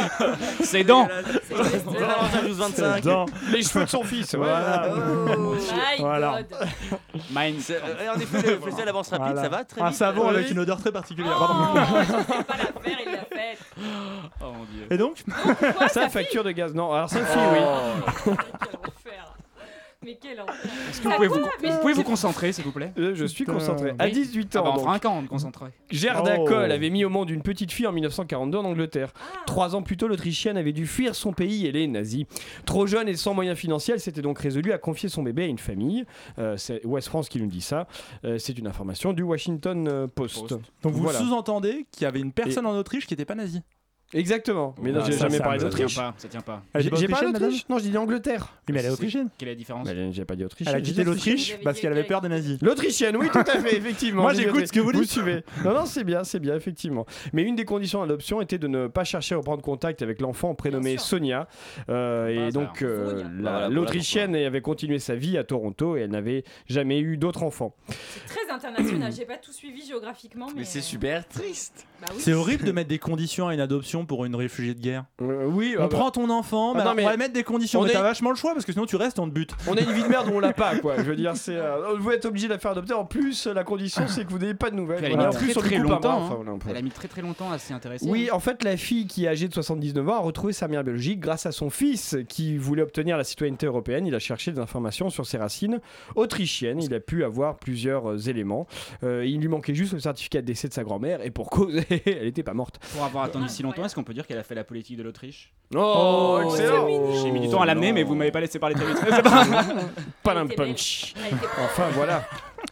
Ses dents. C'est Valentin douze vingt-cinq. Dans- Les cheveux de son fils. Voilà. Oh. My Voilà. God. Mine. C'est- euh, En effet, le festival avance rapide, Voilà. ça va très Un vite. savon Oui. avec une odeur très particulière. Oh, Pardon. c'est pas l'affaire, il l'a faite. Oh mon dieu. Et donc Sa facture de gaz. Non, alors sa fille, oui. Quel enfer. Mais quel enfer. Est-ce que vous pouvez vous, vous pouvez vous concentrer, s'il vous plaît? Euh, Je suis Putain. concentré. À Oui. dix-huit Ah bah, ans. on donc. fera un camp, on est concentré. Gerda Oh. Kohl avait mis au monde une petite fille en mille neuf cent quarante-deux en Angleterre. Trois ans plus tôt, l'Autrichienne avait dû fuir son pays et les nazis. Trop jeune et sans moyens financiers, elle s'était donc résolue à confier son bébé à une famille. Euh, c'est Ouest France qui nous dit ça. Euh, c'est une information du Washington euh, Post. Post. Donc vous Voilà. sous-entendez qu'il y avait une personne en Autriche qui n'était pas nazie. Exactement. Mais non, Ah, j'ai ça, jamais ça parlé me- Ça tient d'Autriche. pas, ça tient pas. Elle est J'ai pas j'ai parlé autrichienne, d'Autriche? Non, je dis Angleterre. Oui, mais elle est C'est- autrichienne. Quelle est la différence? Bah, j'ai pas dit Autriche. Elle a j'ai quitté dit l'Autriche Vous parce avez qu'elle avait dit peur des nazis. L'Autrichienne, oui, tout à fait, effectivement. Moi, J'ai j'écoute dit ce que vous Vous dites. suivez. Non, non, c'est bien, c'est bien, effectivement. Mais une des conditions d'adoption était de ne pas chercher à reprendre contact avec l'enfant prénommé Bien sûr. Euh, Sonia. Et Pas donc, euh, Sonia. la- Voilà, voilà l'Autrichienne avait continué sa vie à Toronto et elle n'avait jamais eu d'autres enfants. C'est très international. J'ai pas tout suivi géographiquement. Mais, Mais c'est euh, super triste. Bah oui. C'est horrible de mettre des conditions à une adoption pour une réfugiée de guerre. Euh, oui, On ah bah, prend ton enfant, Ah mais non, alors, mais on va mettre des conditions. on Mais est- t'as vachement le choix parce que sinon tu restes, on te bute. on a une vie de merde où on l'a pas, quoi. Je veux dire, c'est. euh, vous êtes obligé de la faire adopter. En plus, la condition, c'est que vous n'avez pas de nouvelles. Puis elle a Voilà. mis En plus, très on lui très coupe un bras. longtemps. Enfin, hein. voilà, un peu. Elle a mis très très longtemps à s'y intéresser. Oui, en fait, la fille qui est âgée de soixante-dix-neuf ans a retrouvé sa mère biologique grâce à son fils qui voulait obtenir la citoyenneté européenne. Il a cherché des informations sur ses racines autrichiennes. Il a pu avoir plusieurs euh, éléments. Euh, il lui manquait juste le certificat de décès de sa grand-mère et pour cause, elle n'était pas morte. Pour avoir attendu si longtemps, est-ce qu'on peut dire qu'elle a fait la politique de l'Autriche? Oh, Oh, excellent! J'ai mis du temps à l'amener, mais vous m'avez pas laissé parler très vite. Panam Elle était punch. belle. Elle était propre. Enfin, voilà.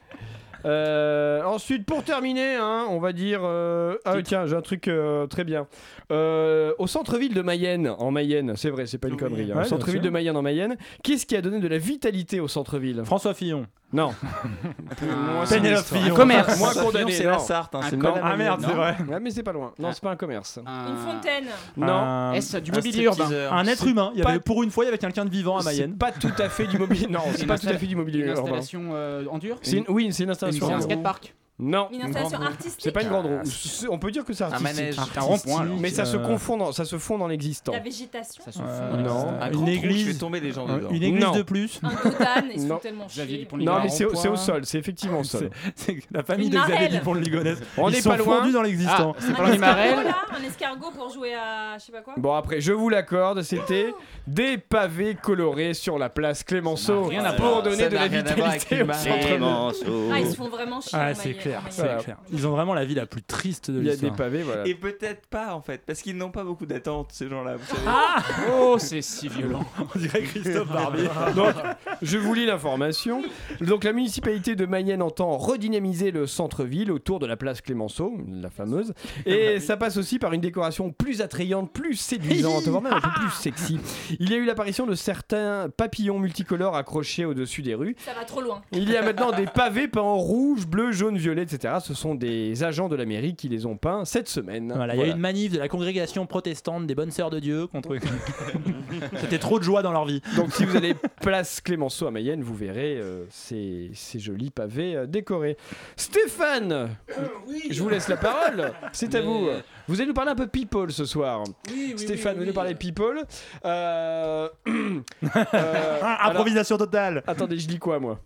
Euh, ensuite, pour terminer, hein, on va dire. euh, Ah, tiens, j'ai un truc euh, très bien. Euh, au centre-ville de Mayenne, en Mayenne, c'est vrai, c'est pas une Oui. connerie. hein, Ouais, au centre-ville bien sûr. de Mayenne, en Mayenne, qu'est-ce qui a donné de la vitalité au centre-ville? François Fillon. Non. Pénélope sinistre. Fillon. Un commerce. Moins condamné. C'est non. la Sarthe, hein, Un c'est com- pas la Ah merde, Mayenne. c'est vrai. Ouais, mais c'est pas loin. Non, c'est pas un commerce. Un- Une fontaine. Non. Un, Est-ce du Un mobilier urbain? stripteaseur. un être c'est humain. Il y pas- avait, pour une fois, il y avait quelqu'un de vivant à C'est Mayenne. pas tout à fait du mobilier. Non, c'est Une pas tout à installa- fait du mobilier Une urbain. installation euh, en dur? C'est une- Oui, c'est une installation. C'est un en gros. skatepark? Non. Une installation grande roue. artistique. C'est pas une grande roue. C'est- On peut dire que c'est Un artistique. manège. Un rond-point, alors. Mais ça se Euh, confond dans, ça se fond dans l'existant. La végétation. Ça se Euh, fout dans non. les- Un Une grand trou, église. je fais tomber des gens Euh, dedans. Une église Non. de plus. Un Dodane, ils Non. sont tellement Xavier chiés. Dupont- Non, mais c'est au, rond-point. c'est au sol, c'est effectivement au sol. C'est c'est la famille Une de Xavier marelle. Dupont de Ligonnès. On Ils n'est sont pas loin. fondus dans l'existant. Ah, c'est pas Un dans les escargot, marelles? là, un escargot pour jouer à je sais pas quoi. Bon, après, je vous l'accorde, c'était des pavés colorés sur la place Clémenceau Ça n'a rien à pour voir. donner Ça de n'a la rien à voir avec vitalité une au marelle. centre-ville. Ah, ils se font vraiment chier. Ah, en c'est Mayenne, clair, en c'est Mayenne. clair. Ils ont vraiment la vie la plus triste de Il y a des l'histoire. pavés, voilà. Et peut-être pas en fait, parce qu'ils n'ont pas beaucoup d'attentes ces gens-là. Vous savez. Ah Oh, c'est si violent. On dirait Christophe Barbier. Donc, je vous lis l'information. Donc, la municipalité de Mayenne entend redynamiser le centre-ville autour de la place Clémenceau, la fameuse. Et ça passe aussi par une décoration plus attrayante, plus séduisante, voire même un peu plus sexy. Il y a eu l'apparition de certains papillons multicolores accrochés au-dessus des rues. Ça va trop loin. Il y a maintenant des pavés peints en rouge, bleu, jaune, violet, et cetera. Ce sont des agents de la mairie qui les ont peints cette semaine. Voilà, il y a eu une manif de la congrégation protestante des bonnes sœurs de Dieu contre. C'était trop de joie dans leur vie. Donc si vous allez place Clémenceau à Mayenne, vous verrez euh, ces, ces jolis pavés euh, décorés. Stéphane, je vous laisse la parole. C'est à Mais- vous. Vous allez nous parler un peu people ce soir. Oui, oui, Stéphane, oui, vous allez oui. nous parler people. Euh... euh, Ah, alors- improvisation totale. Attendez, je lis quoi moi?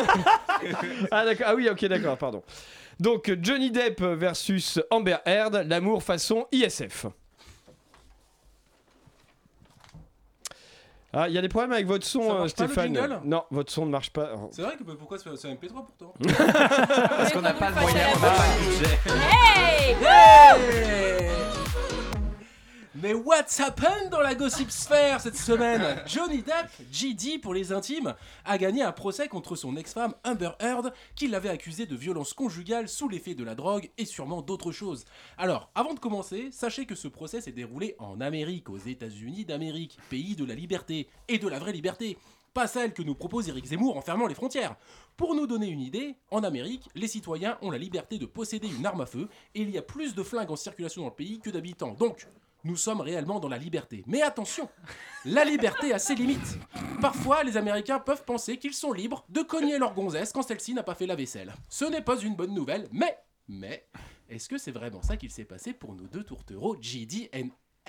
Ah d'accord. Ah oui, ok, d'accord, pardon. Donc Johnny Depp versus Amber Heard, l'amour façon I S F. Ah, il y a des problèmes avec votre son, Ça euh, marche pas, le Stéphane. jingle Non, votre son ne marche pas. C'est vrai que bah, pourquoi c'est c'est un M P trois pourtant Parce qu'on n'a pas le moyen, on n'a pas le budget. Hey Hey Mais what's happened dans la gossip sphère cette semaine? Johnny Depp, G D pour les intimes, a gagné un procès contre son ex-femme Amber Heard qui l'avait accusé de violence conjugale sous l'effet de la drogue et sûrement d'autres choses. Alors, avant de commencer, sachez que ce procès s'est déroulé en Amérique, aux États-Unis d'Amérique, pays de la liberté et de la vraie liberté. Pas celle que nous propose Éric Zemmour en fermant les frontières. Pour nous donner une idée, en Amérique, les citoyens ont la liberté de posséder une arme à feu et il y a plus de flingues en circulation dans le pays que d'habitants. Donc, nous sommes réellement dans la liberté. Mais attention, la liberté a ses limites. Parfois, les Américains peuvent penser qu'ils sont libres de cogner leur gonzesse quand celle-ci n'a pas fait la vaisselle. Ce n'est pas une bonne nouvelle, mais, mais, est-ce que c'est vraiment ça qu'il s'est passé pour nos deux tourtereaux G D et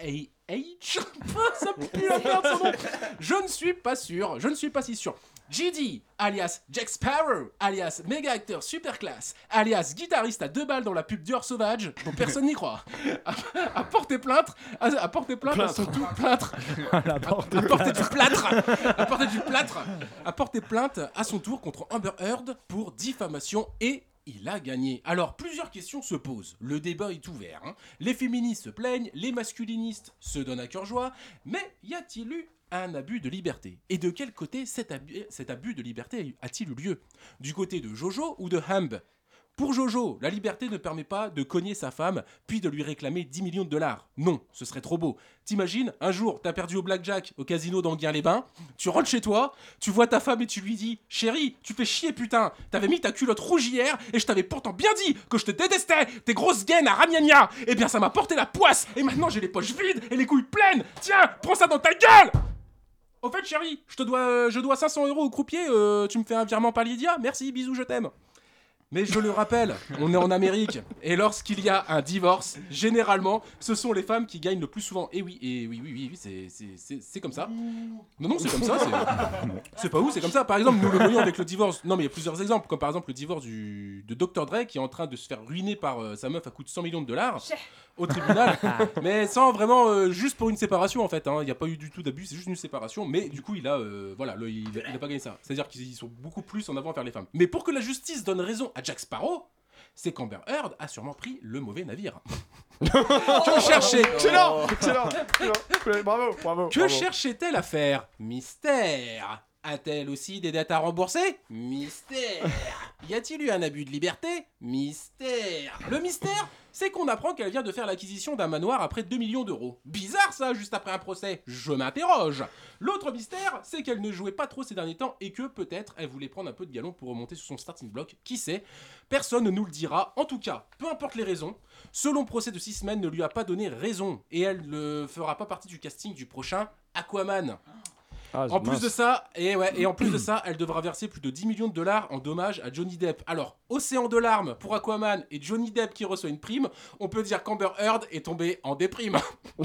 A H? Ça pue la merde son nom. Je ne suis pas sûr, je ne suis pas si sûr. G D, alias Jack Sparrow, alias méga acteur super classe, alias guitariste à deux balles dans la pub Dior Sauvage, dont personne n'y croit, a, a porté plainte, a, a porté plainte à son tour, plainte, a, a porté du plâtre, a porté du plâtre, a porté plainte à son tour contre Amber Heard pour diffamation et il a gagné. Alors, plusieurs questions se posent. Le débat est ouvert. Hein. Les féministes se plaignent, les masculinistes se donnent à cœur joie, mais y a-t-il eu un abus de liberté? Et de quel côté cet abus, cet abus de liberté a-t-il eu lieu? Du côté de Jojo ou de Hamb? Pour Jojo, la liberté ne permet pas de cogner sa femme, puis de lui réclamer dix millions de dollars. Non, ce serait trop beau. T'imagines, un jour, t'as perdu au blackjack au casino d'Anguin-les-Bains, tu rentres chez toi, tu vois ta femme et tu lui dis « Chérie, tu fais chier putain, t'avais mis ta culotte rouge hier et je t'avais pourtant bien dit que je te détestais, tes grosses gaines à ragnagna. Eh bien ça m'a porté la poisse et maintenant j'ai les poches vides et les couilles pleines. Tiens, prends ça dans ta gueule !» Au fait chérie, je te dois, euh, je dois cinq cents euros au croupier, euh, tu me fais un virement par Lydia? Merci, bisous, je t'aime. Mais je le rappelle, on est en Amérique, et lorsqu'il y a un divorce, généralement, ce sont les femmes qui gagnent le plus souvent. Et oui, et oui, oui, oui, oui c'est, c'est, c'est, c'est comme ça. Non, non, c'est comme ça, c'est... c'est pas où, c'est comme ça. Par exemple, nous le voyons avec le divorce. Non, mais il y a plusieurs exemples, comme par exemple le divorce du... de docteur Dre, qui est en train de se faire ruiner par euh, sa meuf à coût de cent millions de dollars au tribunal, mais sans vraiment, euh, juste pour une séparation en fait. Hein. Il n'y a pas eu du tout d'abus, c'est juste une séparation, mais du coup, il a, euh, voilà, le, il, il a pas gagné ça. C'est-à-dire qu'ils sont beaucoup plus en avant vers les femmes. Mais pour que la justice donne raison à Jack Sparrow, c'est qu'Amber Heard a sûrement pris le mauvais navire. Que cherchait Excellent, excellent, excellent. Bravo, bravo. Que bravo. cherchait-elle à faire? Mystère. A-t-elle aussi des dettes à rembourser? Mystère. Y a-t-il eu un abus de liberté? Mystère. Le mystère, c'est qu'on apprend qu'elle vient de faire l'acquisition d'un manoir à près de deux millions d'euros. Bizarre ça, juste après un procès. Je m'interroge. L'autre mystère, c'est qu'elle ne jouait pas trop ces derniers temps et que peut-être elle voulait prendre un peu de galon pour remonter sur son starting block. Qui sait? Personne ne nous le dira. En tout cas, peu importe les raisons, ce long procès de six semaines ne lui a pas donné raison et elle ne fera pas partie du casting du prochain Aquaman. Ah, En plus mince. de ça, et ouais, et en plus de ça, elle devra verser plus de dix millions de dollars en dommages à Johnny Depp. Alors, océan de larmes pour Aquaman et Johnny Depp qui reçoit une prime, on peut dire qu'Amber Heard est tombée en déprime.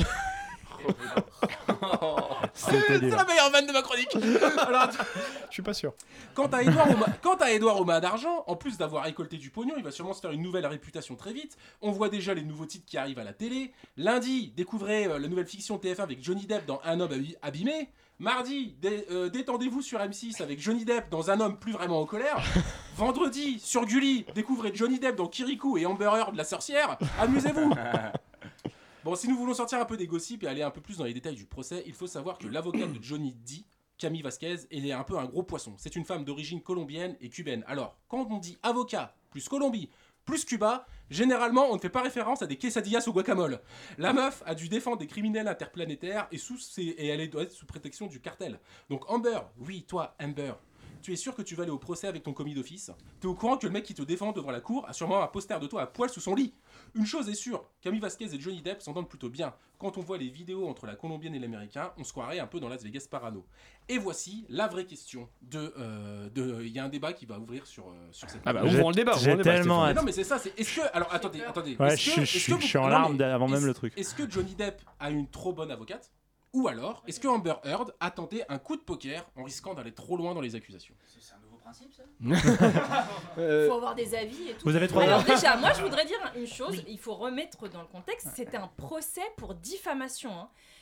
C'est la meilleure vanne de ma chronique. Alors, je suis pas sûr. Quant à Edouard Oma, quant à Edouard Oma d'argent, en plus d'avoir récolté du pognon, il va sûrement se faire une nouvelle réputation très vite. On voit déjà les nouveaux titres qui arrivent à la télé. Lundi, découvrez euh, la nouvelle fiction T F un avec Johnny Depp dans Un homme abi- abîmé. Mardi, dé- euh, détendez-vous sur M six avec Johnny Depp dans Un homme plus vraiment en colère. Vendredi, sur Gulli, découvrez Johnny Depp dans Kirikou et Amber Heard la sorcière. Amusez-vous. Bon, si nous voulons sortir un peu des gossips et aller un peu plus dans les détails du procès, il faut savoir que l'avocate de Johnny D, Camille Vasquez, elle est un peu un gros poisson. C'est une femme d'origine colombienne et cubaine. Alors, quand on dit avocat plus Colombie plus Cuba, généralement on ne fait pas référence à des quesadillas au guacamole. La meuf a dû défendre des criminels interplanétaires et, sous ses... et elle doit être sous protection du cartel. Donc Amber, oui, toi, Amber, tu es sûr que tu vas aller au procès avec ton commis d'office? T'es au courant que le mec qui te défend devant la cour a sûrement un poster de toi à poil sous son lit? Une chose est sûre, Camille Vasquez et Johnny Depp s'entendent plutôt bien. Quand on voit les vidéos entre la Colombienne et l'Américain, on se croirait un peu dans Las Vegas Parano. Et voici la vraie question de... euh, de... Il y a un débat qui va ouvrir sur, euh, sur cette... Ah bah, ouvrons le débat, ouvrons le débat, tellement Stéphane. Non mais c'est ça, c'est... Est-ce que... Alors attendez, attendez. Ouais, est-ce je que, suis- est-ce je que suis- je vous- suis en non, larmes mais avant même est-ce- le truc. Est-ce que Johnny Depp a une trop bonne avocate? Ou alors, est-ce que Amber Heard a tenté un coup de poker en risquant d'aller trop loin dans les accusations? C'est un nouveau principe ça? Faut avoir des avis et tout. Vous avez trois Alors heures. déjà, moi je voudrais dire une chose, il faut remettre dans le contexte, c'était un procès pour diffamation. Hein.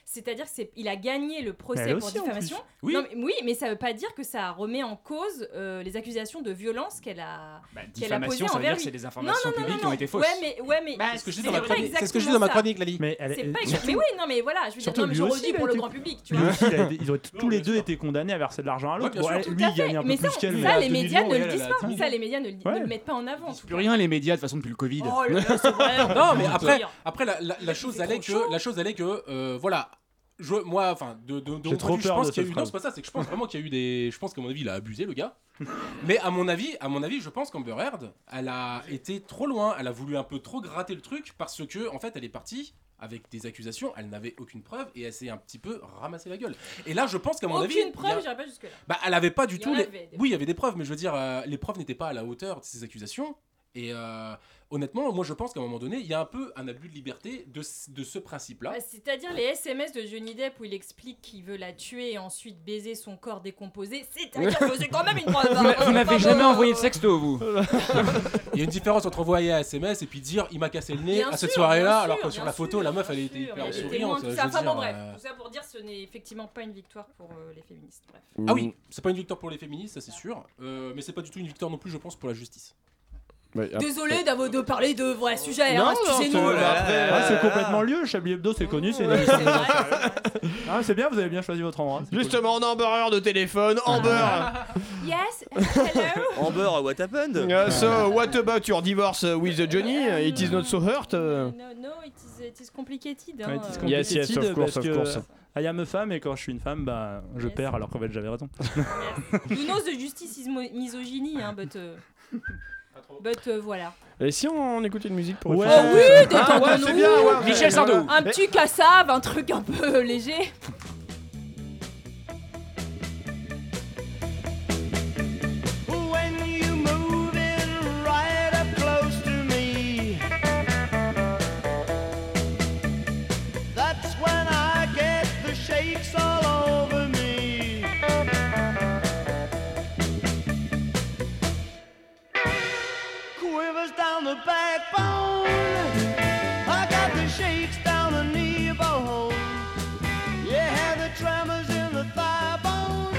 C'est-à-dire qu'il a gagné le Mais procès elle pour aussi, en diffamation. Oui. Non, mais, oui, mais ça veut pas dire que ça remet en cause euh, les accusations de violence qu'elle a, Bah, qu'elle a posées diffamation, ça veut envers dire que lui. c'est des informations Non, non, non, publiques qui non, ont été non. fausses. Ouais, mais, ouais, mais C'est ce que je dis c'est dans ma pas chronique. C'est ce que je dis exactement dans ma ça. chronique, Lali. Mais, elle, C'est elle- pas surtout- mais oui, non, mais voilà, je veux dire, surtout non, mais lui je aussi, redis il a pour le été- grand public, tu lui vois. aussi, il a été- ils ont tous les deux été condamnés à verser de l'argent à l'autre. bien Bon, sûr, elle- tout lui, à il gagne fait. un peu Mais plus ça, qu'elle. ça, mais- les deux médias millions, ne et le elle, disent elle a pas. dix Ça, les médias ne, le- Ouais. ne le mettent pas en avant. en tout Plus cas. rien les médias de toute façon depuis le Covid. Oh là là, c'est vrai. Non, mais après, Dire. après la, la, la chose c'est allait trop que, chaud. la chose allait que, euh, voilà. Je, moi, enfin, de, de, de J'ai mon trop point de vue, je peur pense de qu'il y a cette eu. Non, phrase. c'est pas ça. C'est que je pense vraiment qu'il y a eu des. Je pense qu'à mon avis, il a abusé le gars. Mais à mon avis, à mon avis, je pense qu'Amber Heard, elle a été trop loin. Elle a voulu un peu trop gratter le truc parce que, en fait, elle est partie avec des accusations. Elle n'avait aucune preuve et elle s'est un petit peu ramassé la gueule. Et là, je pense qu'à mon avis, Aucune il y preuve, a- j'irai pas jusque-là. bah, elle avait pas du Il y tout en les. avait, des Oui, il y avait des preuves, mais je veux dire, euh, les preuves n'étaient pas à la hauteur de ces accusations. Et euh, honnêtement, moi je pense qu'à un moment donné, il y a un peu un abus de liberté de, ce- de ce principe-là. Bah, c'est-à-dire les S M S de Johnny Depp où il explique qu'il veut la tuer et ensuite baiser son corps décomposé. C'est-à-dire que c'est quand même une preuve. Vous, n'a- vous n'avez Pardon. jamais envoyé de sexto, vous. Il y a une différence entre envoyer un S M S et puis dire il m'a cassé le nez Bien à cette sûr, soirée-là, bien alors sûr, que sur bien la photo, sûr, la meuf elle bien était sûr. hyper Il y a des souriante. témoins, je tout veux ça. Enfin bon, dire, bref, euh, tout ça pour dire ce n'est effectivement pas une victoire pour euh, les féministes. Bref. Ah oui, c'est pas une victoire pour les féministes, ça c'est sûr, euh, mais c'est pas du tout une victoire non plus, je pense, pour la justice. Ouais, ap- Désolé d'avoir de parler de vrais sujets, Non, hein, non, excusez-nous. c'est- après, Ah, c'est euh, complètement lieu. Chablis Hebdo, c'est connu. C'est une Oui, émission c'est de- vrai, c'est vrai. Ah, c'est bien, vous avez bien choisi votre endroit. c'est cool. Justement, on a Amber Heard de téléphone. Amber. Yes, hello. Amber, what happened? Uh, so, what about your divorce uh, with Johnny? It is not so hurt. uh. No, no, it is, it is complicated. Ouais, Hein. it is euh. Yes, yes, complicated of course, parce of que course. I am a femme et quand je suis une femme, bah, je Yes. perds alors qu'en fait j'avais raison. You know the justice is mo- misogynie, hein, but, euh, but euh, voilà. Et si on écoutait une musique pour Ouais. une fois Oh oui, Ah, détendons-nous. ouais, c'est bien, ouais, Michel ouais, Sardou. voilà. Un petit cassave, un truc un peu léger. When you move in right up close to me, that's when I get the shakes all over me. Quivers down the backbone, I got the shakes down the knee bone. Yeah, the tremors in the thigh bone,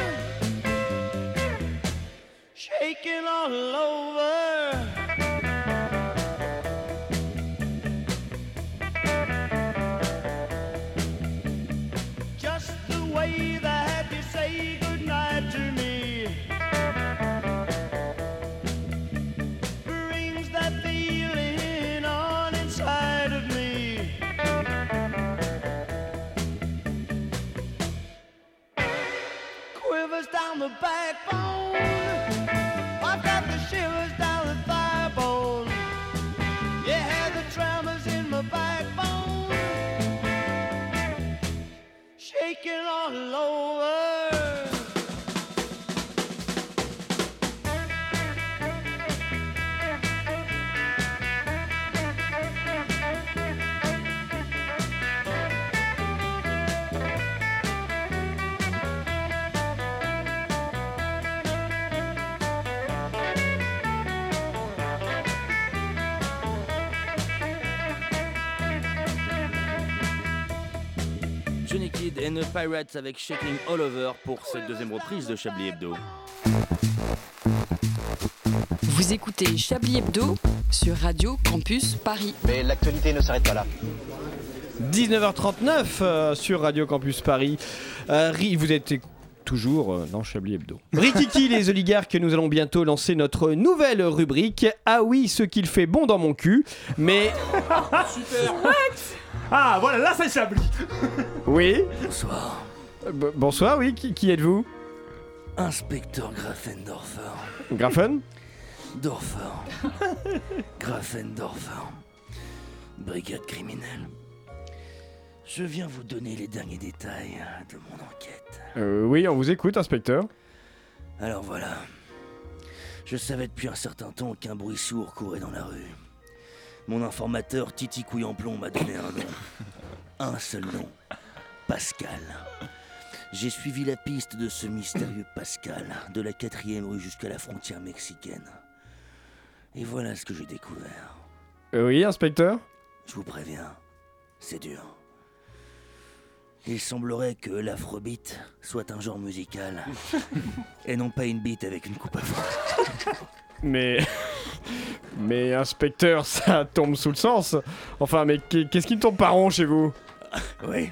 shaking all over. Just the way that you say goodnight to me brings that feeling on inside of me. Quivers down the backbone, I've got the shivers down the thigh bone. Yeah, the tremors in my backbone, shaking all over. Johnny Kidd and the Pirates avec Shaking All Over pour cette deuxième reprise de Chablis Hebdo. Vous écoutez Chablis Hebdo sur Radio Campus Paris. Mais l'actualité ne s'arrête pas là. dix-neuf heures trente-neuf euh, sur Radio Campus Paris. Euh, Ri- vous êtes toujours euh, dans Chablis Hebdo. Rikiki, les oligarques, nous allons bientôt lancer notre nouvelle rubrique. Ah oui, ce qu'il fait bon dans mon cul. Mais. Super. Ah, voilà, là c'est Chablis. Oui. Bonsoir. Euh, b- bonsoir, oui. Qui, qui êtes-vous? Inspecteur Grafendorfer. Grafen? Dorfer. Grafendorfer. Brigade criminelle. Je viens vous donner les derniers détails de mon enquête. Euh, oui, on vous écoute, inspecteur. Alors voilà. Je savais depuis un certain temps qu'un bruit sourd courait dans la rue. Mon informateur Titi Couille en plomb m'a donné un nom. Un seul nom. Pascal. J'ai suivi la piste de ce mystérieux Pascal, de la quatrième rue jusqu'à la frontière mexicaine. Et voilà ce que j'ai découvert. Euh, oui, inspecteur. Je vous préviens, c'est dur. Il semblerait que l'afrobeat soit un genre musical et non pas une beat avec une coupe à fond. Mais. Mais inspecteur, ça tombe sous le sens. Enfin, mais qu'est-ce qui ne tombe pas rond chez vous? Oui.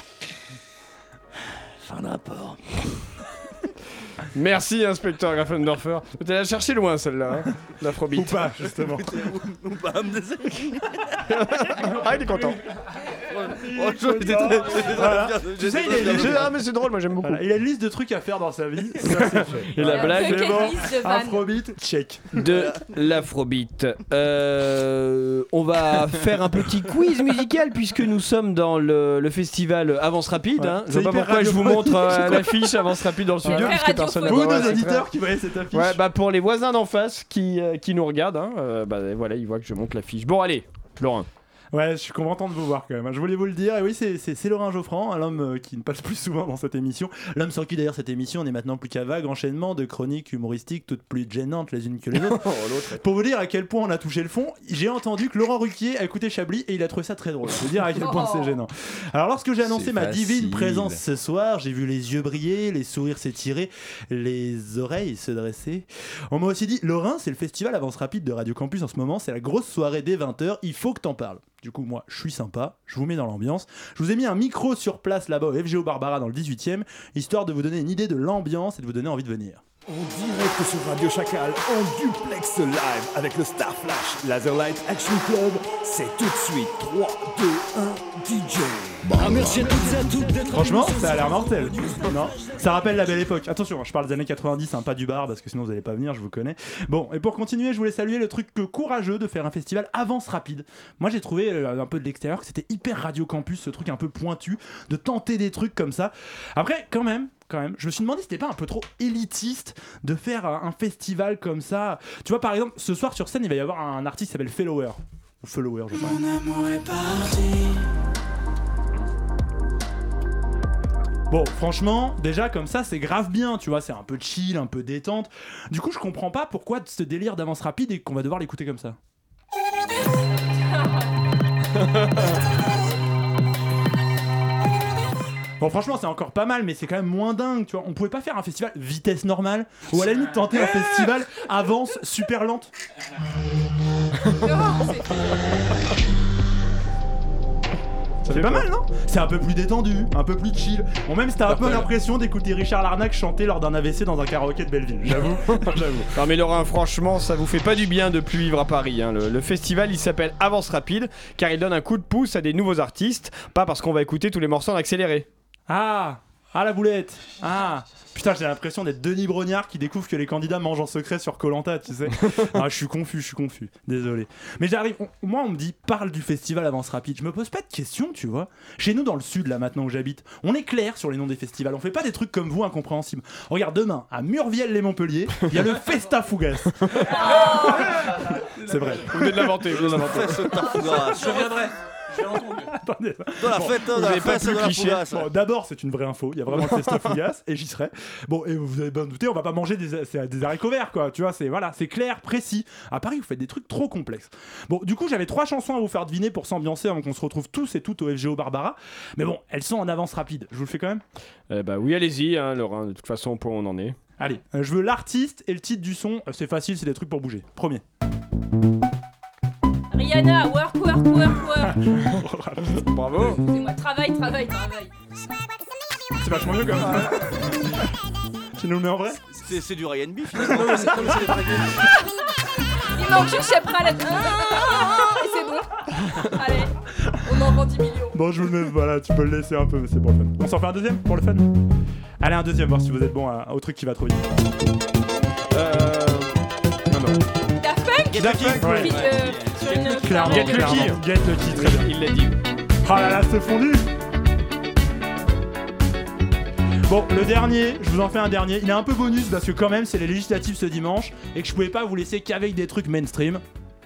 Fin de rapport. Merci, inspecteur Grafendorfer. T'es allé la chercher loin, celle-là, hein, l'afrobeat. Ou pas, justement. Ou pas, Ah, il est content. Franchement, j'étais très- j'étais très Voilà. fier de- Tu sais, il j'étais a très une- fier. Ah, mais c'est drôle, moi j'aime beaucoup. Voilà, il a une liste de trucs à faire dans sa vie. Ça, c'est fait. Et la blague, c'est quelle bon. liste de vannes. Afrobeat, check. De l'afrobeat. Euh, on va faire un petit quiz musical puisque nous sommes dans le, le festival Avance Rapide. Ouais. Hein. Je C'est vois pas hyper pourquoi je vous radiophonique. montre euh, l'affiche Avance Rapide dans le studio. Ouais. Parce que Très personne radiophonique. ne Vous, voit, nos c'est auditeurs très- qui voyaient cette affiche. Ouais, bah pour les voisins d'en face qui, euh, qui nous regardent, hein, euh, bah voilà, ils voient que je monte l'affiche. Bon, allez, Laurent. Ouais, je suis content de vous voir quand même. Je voulais vous le dire. Et oui, c'est, c'est, c'est Laurent Geoffrand, l'homme euh, qui ne passe plus souvent dans cette émission. L'homme sans qui d'ailleurs cette émission n'est maintenant plus qu'à vague enchaînement de chroniques humoristiques toutes plus gênantes les unes que les autres. Pour vous dire à quel point on a touché le fond, j'ai entendu que Laurent Ruquier a écouté Chablis et il a trouvé ça très drôle. Je veux dire à quel point c'est gênant. Alors lorsque j'ai annoncé C'est ma divine facile. présence ce soir, j'ai vu les yeux briller, les sourires s'étirer, les oreilles se dresser. On m'a aussi dit, Laurent, c'est le festival Avance Rapide de Radio Campus en ce moment, c'est la grosse soirée dès vingt heures, il faut que t'en parles. Du coup, moi, je suis sympa, je vous mets dans l'ambiance. Je vous ai mis un micro sur place là-bas au F G O Barbara dans le dix-huitième, histoire de vous donner une idée de l'ambiance et de vous donner envie de venir. En direct sur Radio Chacal, en duplex live avec le Star Flash Laserlight Action Club, c'est tout de suite trois, deux, un, D J. Ah, merci à toutes et à toutes d'être Franchement, ça a l'air mortel. Non, ça rappelle la belle époque. Attention, je parle des années quatre-vingt-dix, hein, pas du bar, parce que sinon vous allez pas venir, je vous connais. Bon, et pour continuer, je voulais saluer le truc euh, courageux de faire un festival Avance Rapide. Moi, j'ai trouvé euh, un peu de l'extérieur que c'était hyper Radio Campus, ce truc un peu pointu, de tenter des trucs comme ça. Après, quand même. Quand même, je me suis demandé si c'était pas un peu trop élitiste de faire un un festival comme ça. Tu vois, par exemple, ce soir sur scène, il va y avoir un artiste qui s'appelle Fellower. Ou Follower, je sais pas. Mon amour est parti. Bon, franchement, déjà comme ça, c'est grave bien, tu vois, c'est un peu chill, un peu détente. Du coup, je comprends pas pourquoi ce délire d'avance rapide et qu'on va devoir l'écouter comme ça. Bon, franchement, c'est encore pas mal, mais c'est quand même moins dingue, tu vois. On pouvait pas faire un festival vitesse normale, ou à la limite tenter un festival avance super lente. Ça fait pas mal, non? C'est un peu plus détendu, un peu plus chill. Bon, même si t'as un peu l'impression d'écouter Richard Larnac chanter lors d'un A V C dans un karaoké de Belleville, j'avoue. J'avoue. Non mais Laurent, franchement, ça vous fait pas du bien de plus vivre à Paris. Hein. Le, le festival, il s'appelle Avance Rapide, car il donne un coup de pouce à des nouveaux artistes, pas parce qu'on va écouter tous les morceaux en accéléré. Ah Ah, la boulette. Ah putain, j'ai l'impression d'être Denis Brognard qui découvre que les candidats mangent en secret sur Koh-Lanta, tu sais. Ah, je suis confus, je suis confus. Désolé. Mais j'arrive. on- moi, on me dit parle du festival Avance Rapide. Je me pose pas de questions, tu vois. Chez nous, dans le sud, là, maintenant où j'habite, on est clair sur les noms des festivals. On fait pas des trucs comme vous incompréhensibles. Regarde, demain, à Murviel-les-Montpellier, il y a le Festa Fougas. C'est vrai. Vous venez de l'inventer, vous venez de l'inventer. Festa Fougas. Je reviendrai. Je vais l'entendre. Attendez. Dans la Bon, fête, dans vous la avez pas fête plus de la cliché. Fougas. Bon, d'abord, c'est une vraie info. Il y a vraiment le Festa Fougas et j'y serai. Bon, et vous avez bien douté, on va pas manger des, c'est des haricots verts, quoi. Tu vois, c'est voilà, c'est clair, précis. À Paris, vous faites des trucs trop complexes. Bon, du coup, j'avais trois chansons à vous faire deviner pour s'ambiancer avant qu'on se retrouve tous et toutes au F G O Barbara. Mais bon, elles sont en avance rapide. Je vous le fais quand même. Eh bah oui, allez-y, hein, Laurent. De toute façon, au point où on en est. Allez, euh, je veux l'artiste et le titre du son. Euh, C'est facile, c'est des trucs pour bouger. Premier. Rihanna, work, work, work, work. Bravo. Excusez-moi, travail, travail, travail. C'est vachement mieux quand même. Tu nous le mets en vrai? C'est c'est du Ryan B finalement. Non, mais c'est- non, mais c'est des vrais Il manque juste Chepra là. Ah, et c'est bon. Allez, on en vend dix millions. Bon, je vous le mets, voilà, tu peux le laisser un peu, mais c'est pour le fun. On s'en fait un deuxième pour le fun? Allez, un deuxième, voir si vous êtes bon à- au truc qui va trop vite. Euh. Non, non. Daft Punk Daft Punk, ouais. Puis, euh, sur une Clairement, Get clairement. Lucky. Get Lucky, très bien. Il l'a dit. Oh là là, c'est fondu. Bon, le dernier, je vous en fais un dernier. Il est un peu bonus parce que quand même, c'est les législatives ce dimanche et que je pouvais pas vous laisser qu'avec des trucs mainstream.